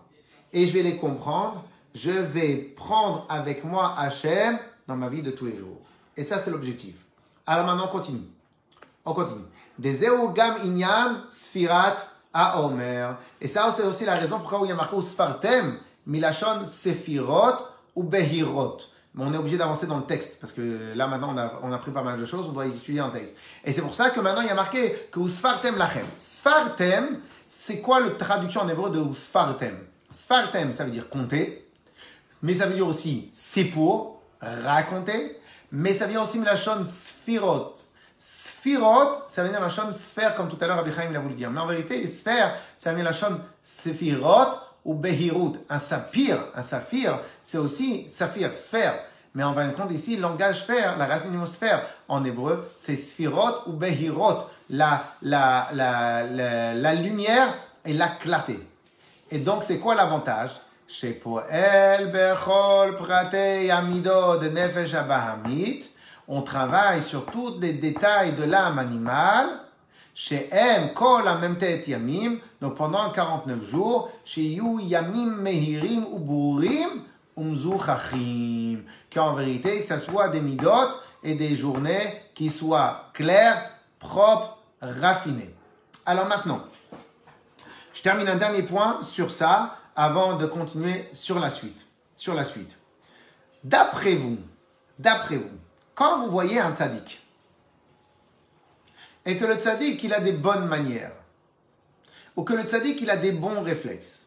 et je vais les comprendre, je vais prendre avec moi Hachem dans ma vie de tous les jours. Et ça, c'est l'objectif. Alors maintenant, on continue. On continue. Des Gam Inyan Sfirat Haomer. Et ça, c'est aussi la raison pourquoi il y a marqué Sfartem, Milachon Sefirot ou Behirot. Mais on est obligé d'avancer dans le texte, parce que là, maintenant, on a, on a pris pas mal de choses, on doit étudier un texte. Et c'est pour ça que maintenant, il y a marqué que Sfartem Lachem. Sfartem, c'est quoi la traduction en hébreu de Sfartem? Sfartem, ça veut dire compter, mais ça veut dire aussi c'est pour raconter, mais ça veut dire aussi la chaîne Sfirot. Sfirot, ça veut dire la chaîne sphère, comme tout à l'heure Rabbi Chaim l'a voulu dire. Mais en vérité, sphère, ça veut dire la chaîne Sfirot ou Behirut. Un saphir, un saphir, c'est aussi saphir, sphère. Mais en fin de compte, ici, le langage sphère, la racine du mot sphère, en hébreu, c'est Sfirot ou Behirot. La, la, la, la, la lumière et la clarté. Et donc, c'est quoi l'avantage? Chez Poel Bechol Pratei Amidod Nefesh Abahamit, on travaille sur tous les détails de l'âme animale. Chez M Kol Amemtet Yamim, donc pendant quarante-neuf jours, chez Yu Yamim Mehirim Uburim Umzu Chachim, qu'en vérité, que ce soit des midot et des journées qui soient claires, propres, raffinées. Alors maintenant, je termine un dernier point sur ça avant de continuer sur la suite. Sur la suite. D'après vous, d'après vous, quand vous voyez un tzaddik et que le tzaddik il a des bonnes manières ou que le tzaddik il a des bons réflexes,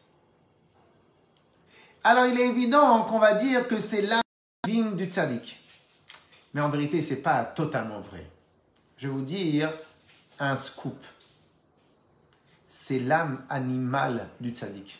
alors il est évident qu'on va dire que c'est l'âme divine du tzaddik. Mais en vérité, ce n'est pas totalement vrai. Je vais vous dire un scoop. C'est l'âme animale du tzaddik.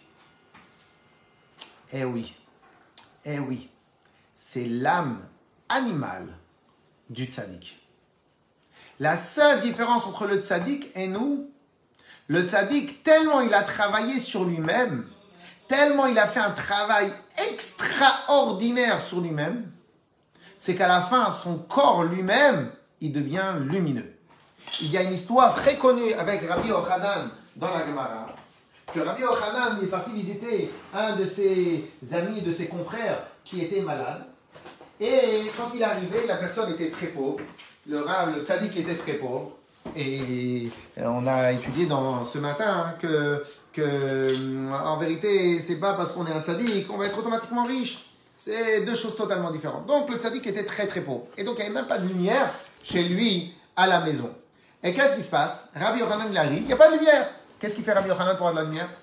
Eh oui, eh oui, c'est l'âme animale du tzaddik. La seule différence entre le tzaddik et nous, le tzaddik, tellement il a travaillé sur lui-même, tellement il a fait un travail extraordinaire sur lui-même, c'est qu'à la fin, son corps lui-même, il devient lumineux. Il y a une histoire très connue avec Rabbi Yochanan dans la Gemara, que Rabbi Yochanan est parti visiter un de ses amis, de ses confrères qui était malade. Et quand il est arrivé, la personne était très pauvre. Le Rav, le tzaddik était très pauvre. Et on a étudié dans ce matin hein, que, que, en vérité, c'est pas parce qu'on est un tzaddik qu'on va être automatiquement riche. C'est deux choses totalement différentes. Donc le tzaddik était très très pauvre. Et donc il n'y avait même pas de lumière chez lui à la maison. Et qu'est-ce qui se passe? Rabbi Yochanan il arrive, il n'y a pas de lumière. Qu'est-ce qu'il fait Rabbi Yochanan pour avoir de la lumière?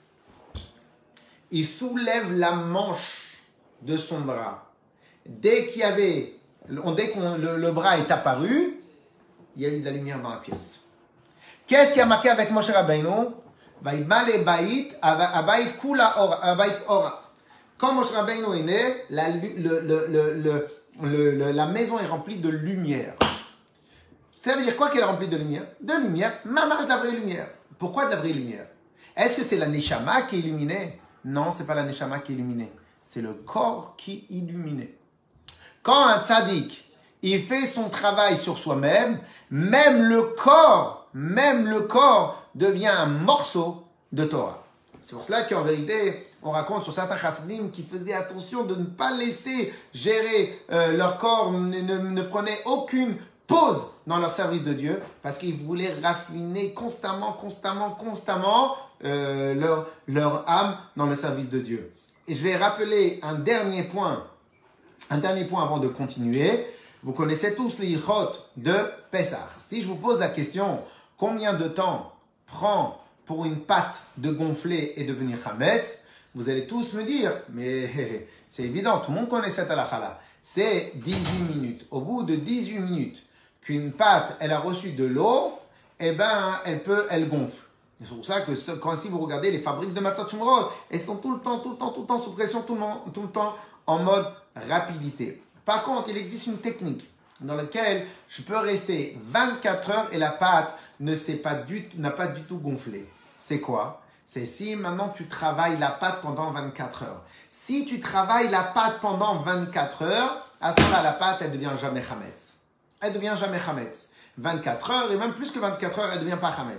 Il soulève la manche de son bras. Dès qu'il y avait, dès que le, le bras est apparu, il y a eu de la lumière dans la pièce. Qu'est-ce qui a marqué avec Moshe Rabbeinu? Vaïmale Baït, Abaït Kula Ora. Quand Moshe Rabbeinu est né, la, le, le, le, le, le, le, la maison est remplie de lumière. Ça veut dire quoi qu'elle est remplie de lumière? De lumière, maman de la vraie lumière. Pourquoi de la vraie lumière? Est-ce que c'est la Neshama qui est illuminée? Non, ce n'est pas la Neshama qui est illuminée. C'est le corps qui est illuminé. Quand un tzaddik, il fait son travail sur soi-même, même le corps, même le corps devient un morceau de Torah. C'est pour cela qu'en vérité, on raconte sur certains chassidim qui faisaient attention de ne pas laisser gérer euh, leur corps, ne, ne, ne prenaient aucune pause dans leur service de Dieu, parce qu'ils voulaient raffiner constamment, constamment, constamment euh, leur, leur âme dans le service de Dieu. Et je vais rappeler un dernier point, un dernier point avant de continuer. Vous connaissez tous les Yichot de Pessah. Si je vous pose la question, combien de temps prend pour une pâte de gonfler et devenir Hametz, vous allez tous me dire, mais c'est évident, tout le monde connaît cette halakha-là. C'est dix-huit minutes. Au bout de dix-huit minutes, qu'une pâte, elle a reçu de l'eau, eh ben, elle peut, elle gonfle. C'est pour ça que quand si vous regardez les fabriques de Matzot Shumrot, elles sont tout le temps, tout le temps, tout le temps sous pression, tout le, temps, tout le temps en mode rapidité. Par contre, il existe une technique dans laquelle je peux rester vingt-quatre heures et la pâte ne s'est pas du, n'a pas du tout gonflé. C'est quoi? C'est si maintenant tu travailles la pâte pendant vingt-quatre heures. Si tu travailles la pâte pendant vingt-quatre heures, à ce moment-là, la pâte, elle devient jamais Hametz. Elle devient jamais Hametz. vingt-quatre heures, et même plus que vingt-quatre heures, elle ne devient pas Hametz.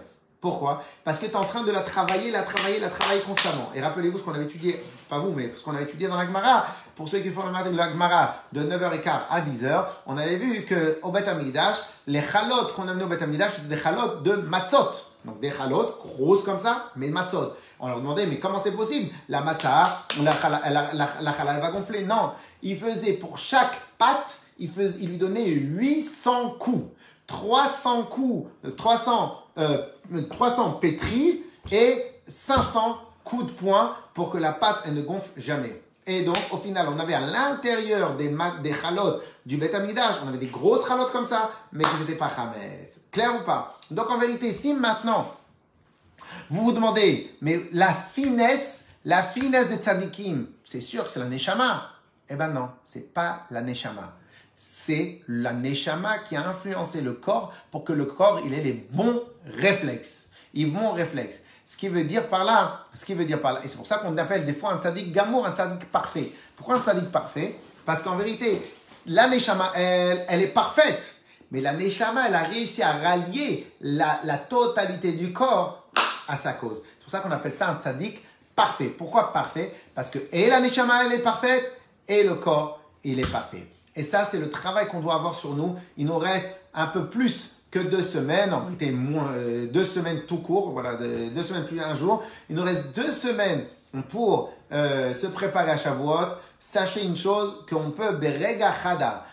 Pourquoi? Parce que tu es en train de la travailler, la travailler, la travailler constamment. Et rappelez-vous ce qu'on avait étudié, pas vous, mais ce qu'on avait étudié dans la Gemara. Pour ceux qui font la Gemara de neuf heures quinze à dix heures, on avait vu qu'au Beth Amikdash, les chalot qu'on amenait au Beth Amikdash, c'était des chalot de matzot. Donc des chalot grosses comme ça, mais matzot. On leur demandait, mais comment c'est possible? La matzah, la chala, la, la, la chala, elle va gonfler. Non. Il faisait pour chaque pâte, il, faisait, il lui donnait huit cents coups. trois cents coups, trois cents, euh, trois cents pétris et cinq cents coups de poing pour que la pâte, elle ne gonfle jamais. Et donc, au final, on avait à l'intérieur des, des chalotes du Beth Amikdash, on avait des grosses chalotes comme ça, mais qui n'étaient pas chametz. Clair ou pas? Donc, en vérité, si maintenant, vous vous demandez, mais la finesse, la finesse des tzadikim, c'est sûr que c'est la neshama. Eh ben non, c'est pas la neshama. C'est la neshama qui a influencé le corps pour que le corps, il ait les bons réflexes. Les bons réflexes. Ce qui veut dire par là, ce qui veut dire par là, et c'est pour ça qu'on appelle des fois un tzaddik gamour, un tzaddik parfait. Pourquoi un tzaddik parfait? Parce qu'en vérité, la neshama, elle, elle est parfaite. Mais la neshama, elle a réussi à rallier la, la totalité du corps à sa cause. C'est pour ça qu'on appelle ça un tzaddik parfait. Pourquoi parfait? Parce que et la neshama, elle est parfaite, et le corps, il est parfait. Et ça, c'est le travail qu'on doit avoir sur nous. Il nous reste un peu plus que deux semaines, en réalité moins, euh, deux semaines tout court, voilà, de, deux semaines plus un jour. Il nous reste deux semaines pour euh, se préparer à Shavuot. Sachez une chose, qu'on peut berega chada,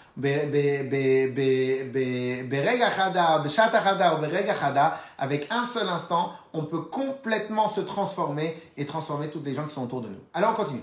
berega chada, beshata chada ou berega chada, avec un seul instant, on peut complètement se transformer et transformer toutes les gens qui sont autour de nous. Alors on continue.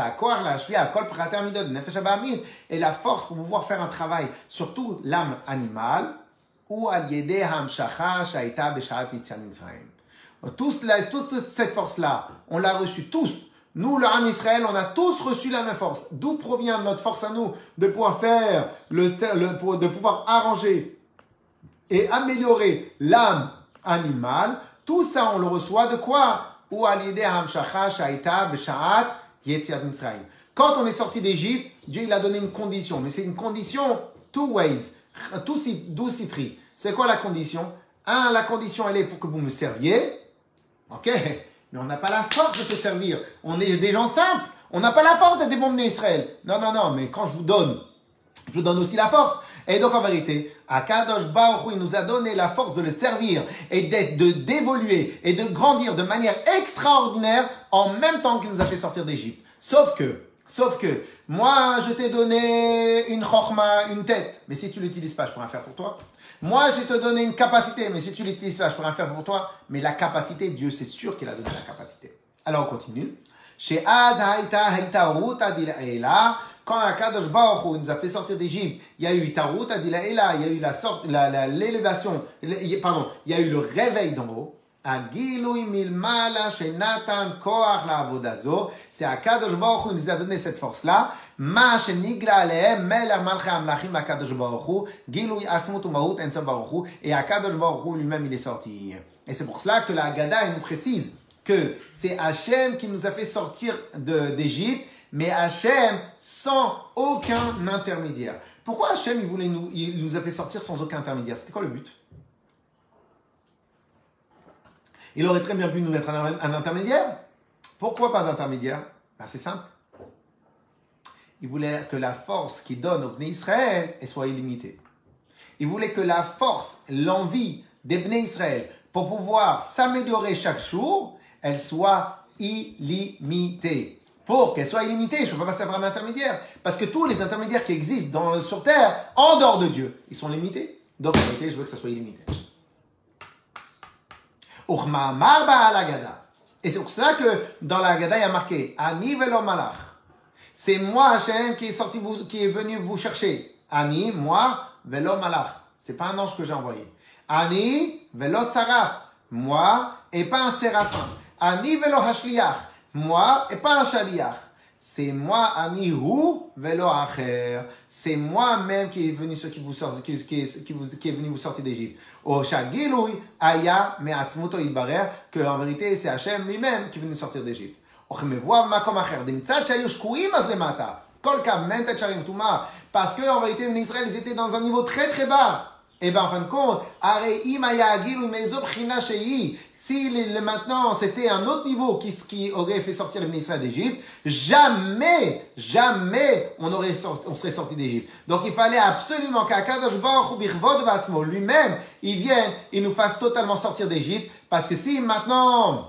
Et la force pour pouvoir faire un travail, surtout l'âme animale, ou al yedeh hamshacha shaita b'shat yitziat mitzrayim. Toute cette force-là, on l'a reçue tous. Nous, le Ham Israël, on a tous reçu la même force. D'où provient notre force à nous de pouvoir faire, le, le, de pouvoir arranger et améliorer l'âme animale. Tout ça, on le reçoit de quoi? Ou al yedeh hamshacha shaita b'shat yitziat mitzrayim. Quand on est sorti d'Égypte, Dieu il a donné une condition, mais c'est une condition two ways. Douze citri. C'est quoi la condition? Un, la condition, elle est pour que vous me serviez. Ok, mais on n'a pas la force de te servir. On est des gens simples. On n'a pas la force d'être des bons béné Israël. Non, non, non, mais quand je vous donne, je vous donne aussi la force. Et donc, en vérité, Akadosh Baruch Hu, il nous a donné la force de le servir et d'être, de, d'évoluer et de grandir de manière extraordinaire en même temps qu'il nous a fait sortir d'Égypte. Sauf que, Sauf que, moi, je t'ai donné une chorma, une tête, mais si tu ne l'utilises pas, je peux rien faire pour toi. Moi, je t'ai donné une capacité, mais si tu ne l'utilises pas, je peux rien faire pour toi. Mais la capacité, Dieu, c'est sûr qu'il a donné la capacité. Alors, on continue. Chez Az Haïta Haïta Ruta Dilaïla, quand Akadosh Baruch Hu nous a fait sortir d'Égypte, il y a eu Taruta Dilaïla, il y a eu la sorte, la, la, l'élévation, pardon, il y a eu le réveil d'en haut. Agilui milmala shenatan koach la avodazo. C'est Akadosh Baruch Hu nous a donné cette force-là. Ma shenigla alehem melech malchei amlachim Akadosh Baruch Hu. Gilui atzmut umahut ensa Baruch Hu. Et Akadosh Baruch Hu lui-même il est sorti. Et c'est pour cela que la Haggadah nous précise que c'est Hachem qui nous a fait sortir de, d'Égypte, mais Hachem sans aucun intermédiaire. Pourquoi Hachem il voulait nous, il nous a fait sortir sans aucun intermédiaire? C'était quoi le but? Il aurait très bien pu nous mettre un, un intermédiaire. Pourquoi pas d'intermédiaire? Ben, c'est simple. Il voulait que la force qu'il donne au Bnei Israël soit illimitée. Il voulait que la force, l'envie des Bnei Israël pour pouvoir s'améliorer chaque jour, elle soit illimitée. Pour qu'elle soit illimitée, je ne peux pas passer par un intermédiaire. Parce que tous les intermédiaires qui existent dans, sur Terre, en dehors de Dieu, ils sont limités. Donc en réalité, je veux que ça soit illimité. Et c'est pour cela que dans la Haggadah, il y a marqué Ani velo malach. C'est moi, Hachem, qui est sorti, vous, qui est venu vous chercher. Ani, moi, velo malach. C'est pas un ange que j'ai envoyé. Ani velo saraf. Moi, et pas un séraphin. Ani velo hashliach. Moi, et pas un shaliach. C'est moi, Ani hu velo acher. C'est moi-même qui est venu qui vous sort, qui, qui, qui, vous, qui est venu vous sortir d'Égypte. O shagilui aya me'atzmuto yitbarer, que en vérité c'est Hachem lui-même qui est venu sortir d'Égypte. Ochemevoa makom acher dimtzat shayu shkuim az lemata. Kol kam mentet sharim tuma. Parce que en vérité en Israël ils étaient dans un niveau très très bas. Et bien, en fin de compte, si les, les, maintenant c'était un autre niveau qui, qui aurait fait sortir les Israël d'Égypte, jamais, jamais on, aurait sorti, on serait sorti d'Égypte. Donc il fallait absolument qu'Akadosh Baruch Hu Birvod Vatzmo lui-même, il vienne, il nous fasse totalement sortir d'Égypte. Parce que si maintenant,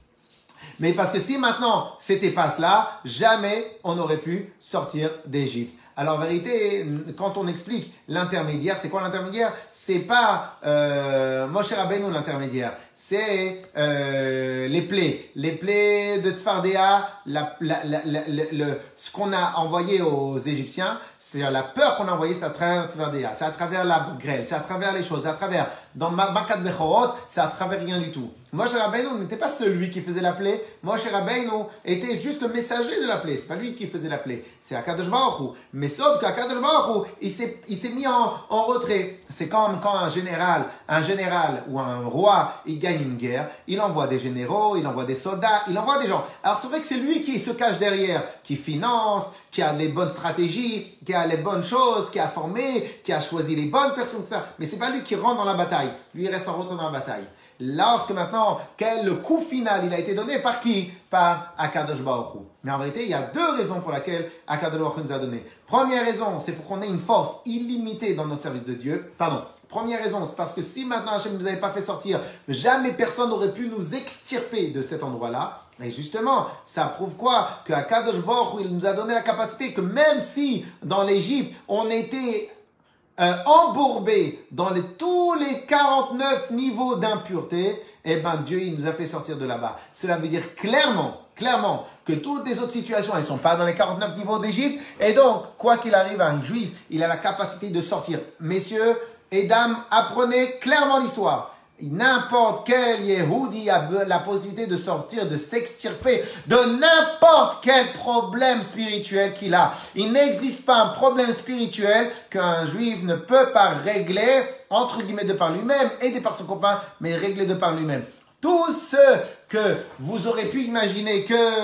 mais parce que si maintenant c'était pas cela, jamais on aurait pu sortir d'Égypte. Alors, en vérité, quand on explique l'intermédiaire, c'est quoi l'intermédiaire? C'est pas euh, Moshe Rabbeinu l'intermédiaire, c'est euh, les plaies. Les plaies de Tzfardéa, la, la, la, la, le, le, ce qu'on a envoyé aux Égyptiens, c'est la peur qu'on a envoyée, c'est à travers Tzfardéa, c'est à travers la grêle, c'est à travers les choses, c'est à travers, dans Makat Bechorot, c'est à travers rien du tout. Moshe Rabbeinu n'était pas celui qui faisait la plaie. Moshe Rabbeinu était juste le messager de la plaie. C'est pas lui qui faisait la plaie. C'est Akadosh Baruch Hu. Mais sauf qu'Akadosh Baruch Hu, il s'est, il s'est mis en, en retrait. C'est comme quand un général, un général ou un roi, il gagne une guerre. Il envoie des généraux, il envoie des soldats, il envoie des gens. Alors c'est vrai que c'est lui qui se cache derrière, qui finance, qui a les bonnes stratégies, qui a les bonnes choses, qui a formé, qui a choisi les bonnes personnes, tout ça. Mais c'est pas lui qui rentre dans la bataille. Lui, il reste en retrait dans la bataille. Lorsque maintenant, quel le coup final, il a été donné par qui? Par Akadosh Baruch Hu. Mais en vérité, il y a deux raisons pour lesquelles Akadosh Baruch Hu nous a donné. Première raison, c'est pour qu'on ait une force illimitée dans notre service de Dieu. Pardon. Première raison, c'est parce que si maintenant Hachem ne nous avait pas fait sortir, jamais personne n'aurait pu nous extirper de cet endroit-là. Et justement, ça prouve quoi? Que Akadosh Baruch Hu, il nous a donné la capacité que même si dans l'Égypte, on était Euh, embourbé dans les, tous les quarante-neuf niveaux d'impureté, eh ben Dieu il nous a fait sortir de là-bas. Cela veut dire clairement, clairement que toutes les autres situations, elles ne sont pas dans les quarante-neuf niveaux d'Égypte. Et donc, quoi qu'il arrive à un juif, il a la capacité de sortir. Messieurs et dames, apprenez clairement l'histoire. N'importe quel Yehudi a la possibilité de sortir, de s'extirper de n'importe quel problème spirituel qu'il a. Il n'existe pas un problème spirituel qu'un juif ne peut pas régler, entre guillemets, de par lui-même, aidé par son copain, mais régler de par lui-même. Tout ce que vous aurez pu imaginer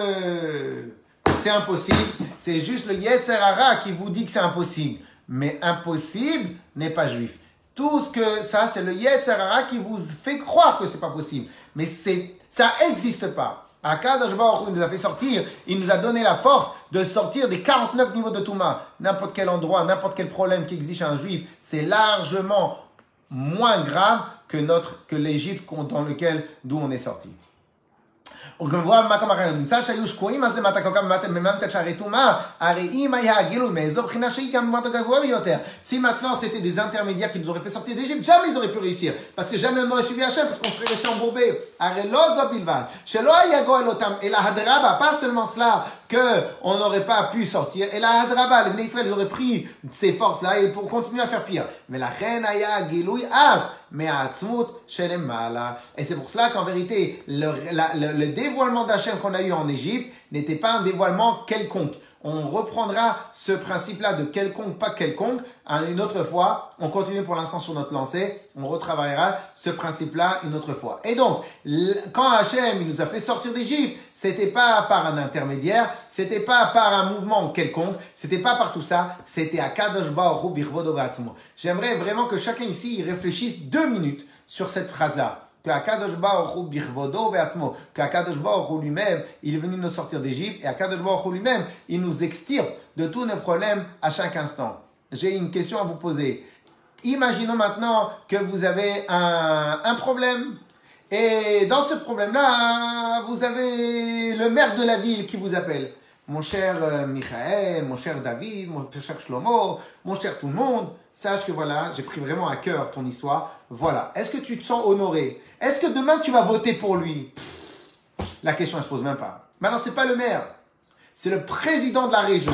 que c'est impossible, c'est juste le Yetzer Hara qui vous dit que c'est impossible. Mais impossible n'est pas juif. Tout ce que ça, c'est le Yetzer Hara qui vous fait croire que c'est pas possible. Mais c'est, ça existe pas. Akadosh Baruch Hu nous a fait sortir, il nous a donné la force de sortir des quarante-neuf niveaux de Touma. N'importe quel endroit, n'importe quel problème qui existe chez un juif, c'est largement moins grave que notre, que l'Égypte dans lequel, d'où on est sorti. וכמובן במקום אחר, נמצא שהיו שקועים אז למטה כל כך מממתת שערי טומאה, הרי אם היה הגילוי מאזור בחינה שהיא גם במטה גבוה ביותר. Si maintenant c'était des intermédiaires qui nous auraient fait sortir d'Égypte, jamais ils auraient pu réussir. Parce que jamais on n'aurait suivi Hachem, parce qu'on serait resté embourbé. הרי לא זו בלבד, שלא היה גואל אותם, אלא הדרבה, pas seulement cela, qu'on n'aurait pas pu sortir, אלא הדרבה, les Bnei Israël, ils auraient pris ces forces-là et pour continuer à faire pire. ולכן היה הגילוי אז, מהעצמות שלמעלה. Et c'est pour cela qu'en vérité, le, la, le, le dévoilement d'Hachem qu'on a eu en Égypte n'était pas un dévoilement quelconque. On reprendra ce principe-là de quelconque, pas quelconque, une autre fois. On continue pour l'instant sur notre lancée. On retravaillera ce principe-là une autre fois. Et donc, quand Hachem il nous a fait sortir d'Égypte, c'était pas par un intermédiaire, c'était pas par un mouvement quelconque, c'était pas par tout ça, c'était à Kadosh Baruch Hu Birvodo V'atzmo. J'aimerais vraiment que chacun ici réfléchisse deux minutes sur cette phrase-là. Que Akadosh Baruch Hu Birvodo Ve'atzmo, que Akadosh Baruch Hu lui-même, il est venu nous sortir d'Égypte, et Akadosh Baruch Hu lui-même, il nous extirpe de tous nos problèmes à chaque instant. J'ai une question à vous poser. Imaginons maintenant que vous avez un, un problème, et dans ce problème-là, vous avez le maire de la ville qui vous appelle. Mon cher euh, Michael, mon cher David, mon cher Shlomo, mon cher tout le monde, sache que voilà, j'ai pris vraiment à cœur ton histoire. Voilà. Est-ce que tu te sens honoré? Est-ce que demain tu vas voter pour lui? Pff, la question ne se pose même pas. Maintenant, c'est pas le maire, c'est le président de la région.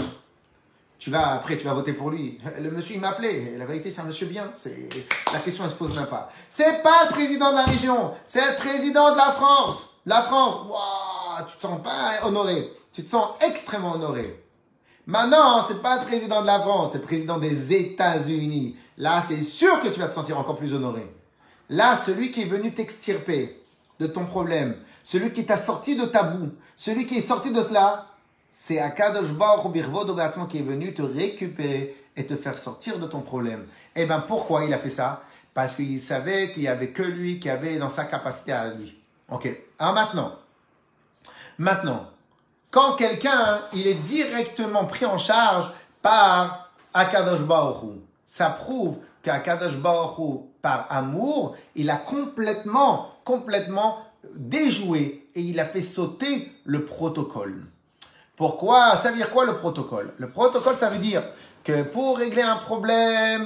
Tu vas après, tu vas voter pour lui. Le monsieur il m'a appelé. La vérité, c'est un monsieur bien. C'est la question ne se pose même pas. C'est pas le président de la région, c'est le président de la France. La France. Waouh, tu te sens pas honoré? Tu te sens extrêmement honoré. Maintenant, c'est pas le président de la France, c'est le président des États-Unis. Là, c'est sûr que tu vas te sentir encore plus honoré. Là, celui qui est venu t'extirper de ton problème, celui qui t'a sorti de ta boue, celui qui est sorti de cela, c'est Akadosh Baruch Hu Birvodo V'atzmo qui est venu te récupérer et te faire sortir de ton problème. Eh bien, pourquoi il a fait ça? Parce qu'il savait qu'il n'y avait que lui qui avait dans sa capacité à lui. Ok. Alors maintenant, maintenant, quand quelqu'un, il est directement pris en charge par Akadosh Baruch Hu, ça prouve qu'Akadosh Baruch Hu, par amour, il a complètement, complètement déjoué et il a fait sauter le protocole. Pourquoi? Ça veut dire quoi le protocole? Le protocole, ça veut dire que pour régler un problème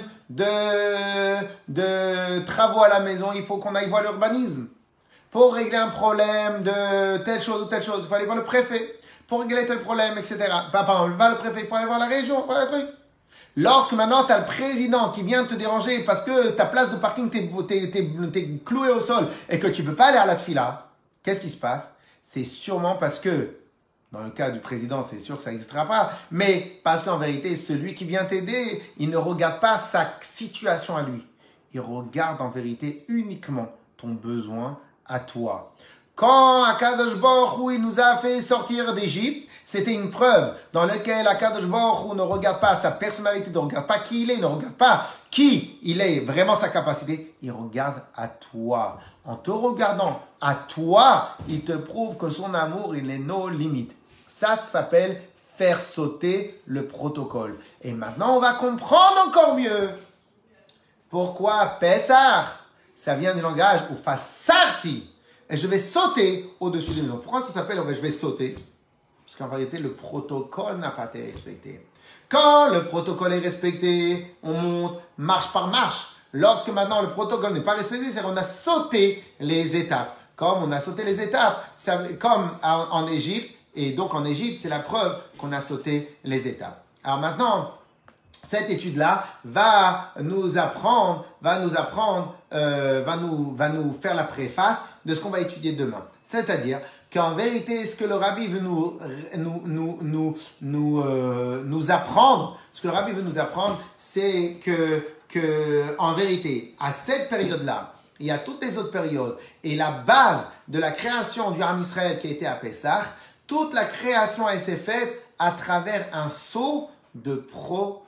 de, de travaux à la maison, il faut qu'on aille voir l'urbanisme. Pour régler un problème de telle chose ou telle chose, il faut aller voir le préfet. Pour régler tel problème, et cetera. Enfin, pardon, pas le préfet, il faut aller voir la région, voir le truc. Lorsque maintenant tu as le président qui vient te déranger parce que ta place de parking t'es, t'es, t'es, t'es clouée au sol et que tu ne peux pas aller à la tfila, qu'est-ce qui se passe? C'est sûrement parce que, dans le cas du président, c'est sûr que ça n'existera pas, mais parce qu'en vérité, celui qui vient t'aider, il ne regarde pas sa situation à lui. Il regarde en vérité uniquement ton besoin à toi. Quand Akadosh Baruch Hu, il nous a fait sortir d'Égypte, c'était une preuve dans laquelle Akadosh Baruch Hu ne regarde pas sa personnalité, ne regarde pas qui il est, ne regarde pas qui il est, vraiment sa capacité. Il regarde à toi. En te regardant à toi, il te prouve que son amour, il est nos limites. Ça, ça s'appelle faire sauter le protocole. Et maintenant, on va comprendre encore mieux pourquoi Pessah, ça vient du langage ou Fassarti. Et je vais sauter au-dessus des maisons. Pourquoi ça s'appelle je vais sauter? Parce qu'en réalité, le protocole n'a pas été respecté. Quand le protocole est respecté, on monte marche par marche. Lorsque maintenant le protocole n'est pas respecté, c'est qu'on a sauté les étapes. Comme on a sauté les étapes, ça, comme en Égypte. Et donc en Égypte, c'est la preuve qu'on a sauté les étapes. Alors maintenant, cette étude-là va nous apprendre, va nous apprendre, euh, va nous, va nous faire la préface de ce qu'on va étudier demain. C'est-à-dire qu'en vérité, ce que le rabbi veut nous, nous, nous, nous, nous, euh, nous apprendre, ce que le rabbi veut nous apprendre, c'est que, que, en vérité, à cette période-là, il y a toutes les autres périodes, et la base de la création du Ham Israël qui a été à Pessah, toute la création elle s'est faite à travers un saut de pro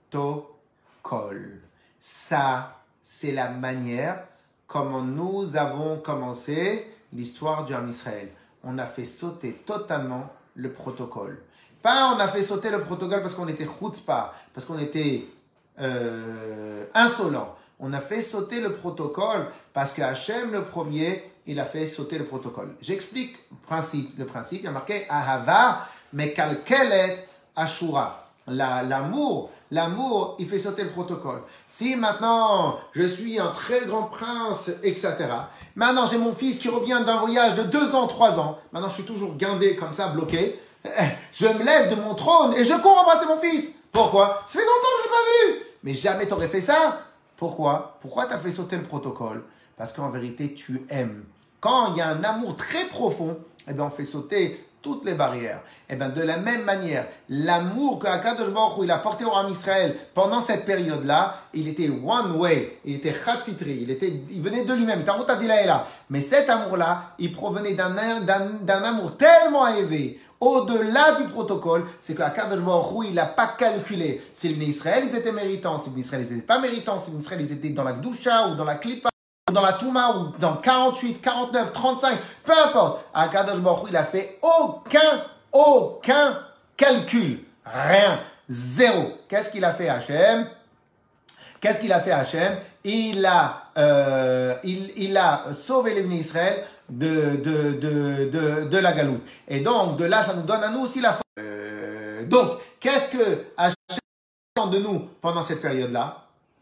protocole. Ça, c'est la manière comment nous avons commencé l'histoire du Ham Israël. On a fait sauter totalement le protocole. Pas on a fait sauter le protocole parce qu'on était chutzpah, parce qu'on était euh, insolent. On a fait sauter le protocole parce que Hachem, le premier, il a fait sauter le protocole. J'explique le principe. Le principe, il y a marqué Ahava mekalkelet Ashura. La, l'amour, l'amour, il fait sauter le protocole. Si maintenant, je suis un très grand prince, et cetera. Maintenant, j'ai mon fils qui revient d'un voyage de deux ans, trois ans. Maintenant, je suis toujours guindé comme ça, bloqué. Je me lève de mon trône et je cours embrasser mon fils. Pourquoi? Ça fait longtemps que je l'ai pas vu. Mais jamais tu aurais fait ça. Pourquoi? Pourquoi tu as fait sauter le protocole? Parce qu'en vérité, tu aimes. Quand il y a un amour très profond, eh bien, on fait sauter toutes les barrières. Et bien, de la même manière, l'amour que Akadosh Baruch Hu, il a porté au Ham Israël pendant cette période-là, il était one way, il était chatzitri, il était, il venait de lui-même, Tarut Adilaïla. Mais cet amour-là, il provenait d'un, d'un, d'un amour tellement élevé, au-delà du protocole, c'est qu'Akadosh Baruch Hu, il n'a pas calculé si les Bnei Israël, ils étaient méritants, si les Bnei Israël, ils n'étaient pas méritants, si les Bnei Israël, ils étaient dans la Gdusha ou dans la Klippa, dans la Touma ou dans quarante-huit, quarante-neuf, trente-cinq, peu importe. Akadosh Baruch Hu, il a fait aucun, aucun calcul. Rien. Zéro. Qu'est-ce qu'il a fait Hachem? Qu'est-ce qu'il a fait Hachem? Il a, euh, il, il a sauvé les Bnei Israël de, de, de, de, de la galoute. Et donc, de là, ça nous donne à nous aussi la force. Euh, donc, qu'est-ce que Hachem attend de nous pendant cette période-là?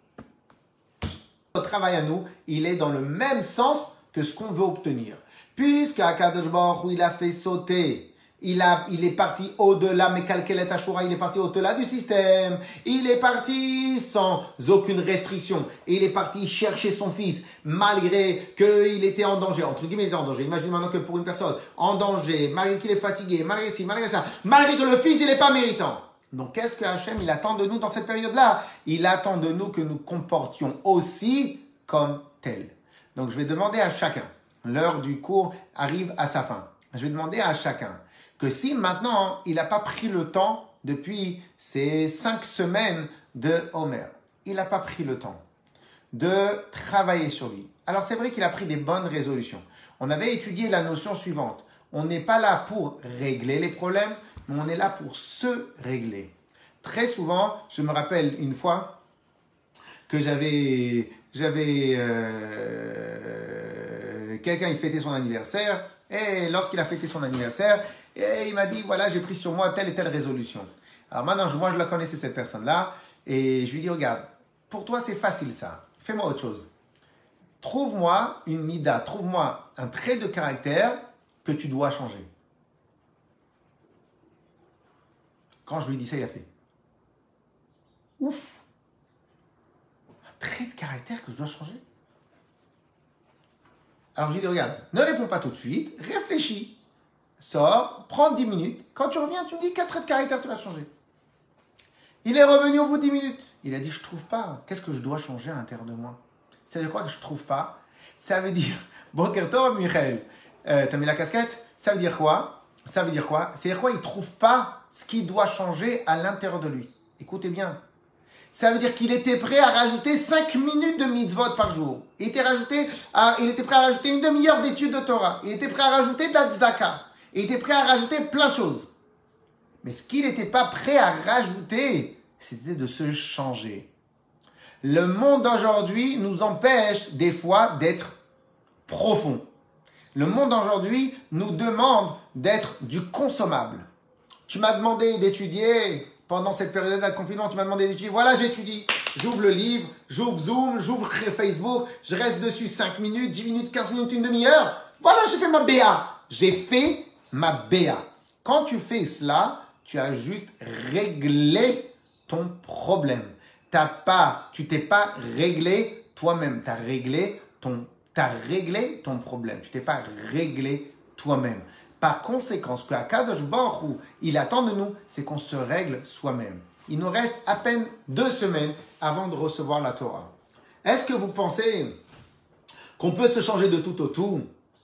Notre travail à nous, il est dans le même sens que ce qu'on veut obtenir. Puisque Akadosh Baruch Hu, il a fait sauter, il, a, il est parti au-delà, mais Kalkelet Ashura, il est parti au-delà du système. Il est parti sans aucune restriction. Il est parti chercher son fils, malgré qu'il était en danger. Entre guillemets, il était en danger. Imagine maintenant que pour une personne en danger, malgré qu'il est fatigué, malgré ci, malgré ça, malgré que le fils, il n'est pas méritant. Donc, qu'est-ce que Hachem, il attend de nous dans cette période-là? Il attend de nous que nous comportions aussi comme tel. Donc, je vais demander à chacun, l'heure du cours arrive à sa fin. Je vais demander à chacun que si maintenant, il n'a pas pris le temps depuis ces cinq semaines de Homer. Il n'a pas pris le temps de travailler sur lui. Alors c'est vrai qu'il a pris des bonnes résolutions. On avait étudié la notion suivante. On n'est pas là pour régler les problèmes, mais on est là pour se régler. Très souvent, je me rappelle une fois que j'avais, j'avais euh, quelqu'un qui fêtait son anniversaire, et lorsqu'il a fêté son anniversaire, et il m'a dit, voilà, j'ai pris sur moi telle et telle résolution. Alors maintenant, moi, je la connaissais, cette personne-là, et je lui dis, regarde, pour toi, c'est facile ça. Fais-moi autre chose. Trouve-moi une mida, trouve-moi un trait de caractère que tu dois changer. Quand je lui dis ça, il a fait ouf, un trait de caractère que je dois changer. Alors je lui dis, regarde, ne réponds pas tout de suite, réfléchis, sors, prends dix minutes. Quand tu reviens, tu me dis quel trait de caractère tu vas changer. Il est revenu au bout de dix minutes. Il a dit, je ne trouve pas. Qu'est-ce que je dois changer à l'intérieur de moi? Ça veut dire quoi que je ne trouve pas? Ça veut dire, Boker Tov, Michael, euh, t'as mis la casquette? Ça veut dire quoi? Ça veut dire quoi? C'est-à-dire quoi? Il ne trouve pas ce qui doit changer à l'intérieur de lui. Écoutez bien. Ça veut dire qu'il était prêt à rajouter cinq minutes de mitzvot par jour. Il était, rajouté à, il était prêt à rajouter une demi-heure d'études de Torah. Il était prêt à rajouter de la tzedaka. Il était prêt à rajouter plein de choses. Mais ce qu'il n'était pas prêt à rajouter, c'était de se changer. Le monde d'aujourd'hui nous empêche des fois d'être profond. Le monde d'aujourd'hui nous demande d'être du consommable. Tu m'as demandé d'étudier pendant cette période de confinement, tu m'as demandé d'étudier. Voilà, j'étudie. J'ouvre le livre, j'ouvre Zoom, j'ouvre Facebook, je reste dessus cinq minutes, dix minutes, quinze minutes, une demi-heure. Voilà, j'ai fait ma B A. J'ai fait ma B A. Quand tu fais cela, tu as juste réglé ton problème. T'as pas, tu t'es pas réglé toi-même. Tu as réglé ton, t'as réglé ton problème. Tu t'es pas réglé toi-même. Par conséquent, ce qu'Akadosh Baruch Hu, il attend de nous, c'est qu'on se règle soi-même. Il nous reste à peine deux semaines avant de recevoir la Torah. Est-ce que vous pensez qu'on peut se changer de tout au tout?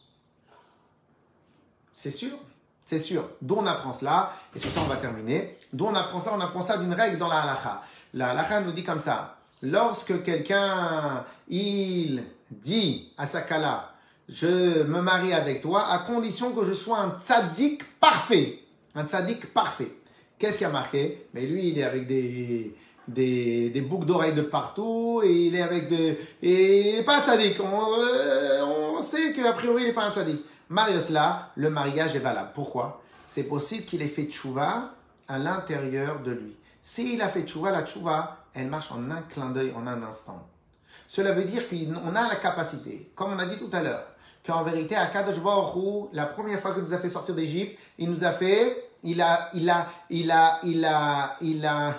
C'est sûr, c'est sûr. D'où on apprend cela, et sur ça on va terminer. D'où on apprend ça? On apprend ça d'une règle dans la halakha. La halakha nous dit comme ça. Lorsque quelqu'un, il dit à sa kala, je me marie avec toi à condition que je sois un tzaddik parfait. Un tzaddik parfait. Qu'est-ce qui a marqué? Mais lui, il est avec des, des, des boucles d'oreilles de partout et il est avec de... Et il n'est pas un tzaddik. On, euh, on sait qu'a priori, il n'est pas un tzaddik. Malgré cela, le mariage est valable. Pourquoi? C'est possible qu'il ait fait tchouva à l'intérieur de lui. S'il a fait tchouva, la tchouva, elle marche en un clin d'œil, en un instant. Cela veut dire qu'on a la capacité, comme on a dit tout à l'heure, qu'en vérité, Akadosh Baruch Hu, la première fois qu'il nous a fait sortir d'Égypte, il nous a fait, il a, il a, il a, il a, il a,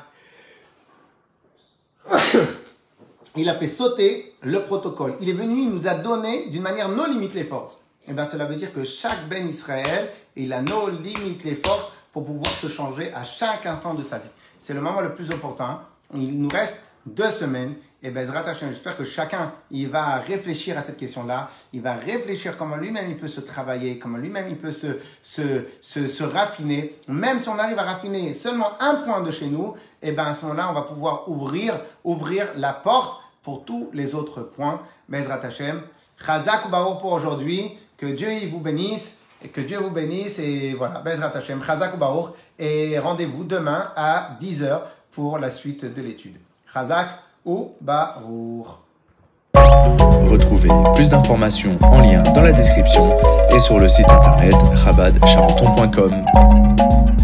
il a fait sauter le protocole. Il est venu, il nous a donné d'une manière non limite les forces. Et bien, cela veut dire que chaque Ben Israël, il a non limite les forces pour pouvoir se changer à chaque instant de sa vie. C'est le moment le plus important. Il nous reste deux semaines. Et bien, j'espère que chacun, il va réfléchir à cette question-là. Il va réfléchir comment lui-même il peut se travailler, comment lui-même il peut se, se, se, se raffiner. Même si on arrive à raffiner seulement un point de chez nous, et bien à ce moment-là, on va pouvoir ouvrir, ouvrir la porte pour tous les autres points. Bezrat Hashem. Chazak Ubaour pour aujourd'hui. Que Dieu il vous bénisse. Et que Dieu vous bénisse. Et voilà, Bezrat Hashem. Chazak Ubaour. Et rendez-vous demain à dix heures pour la suite de l'étude. Chazak ou Barour. Retrouvez plus d'informations en lien dans la description et sur le site internet chabad charenton point com.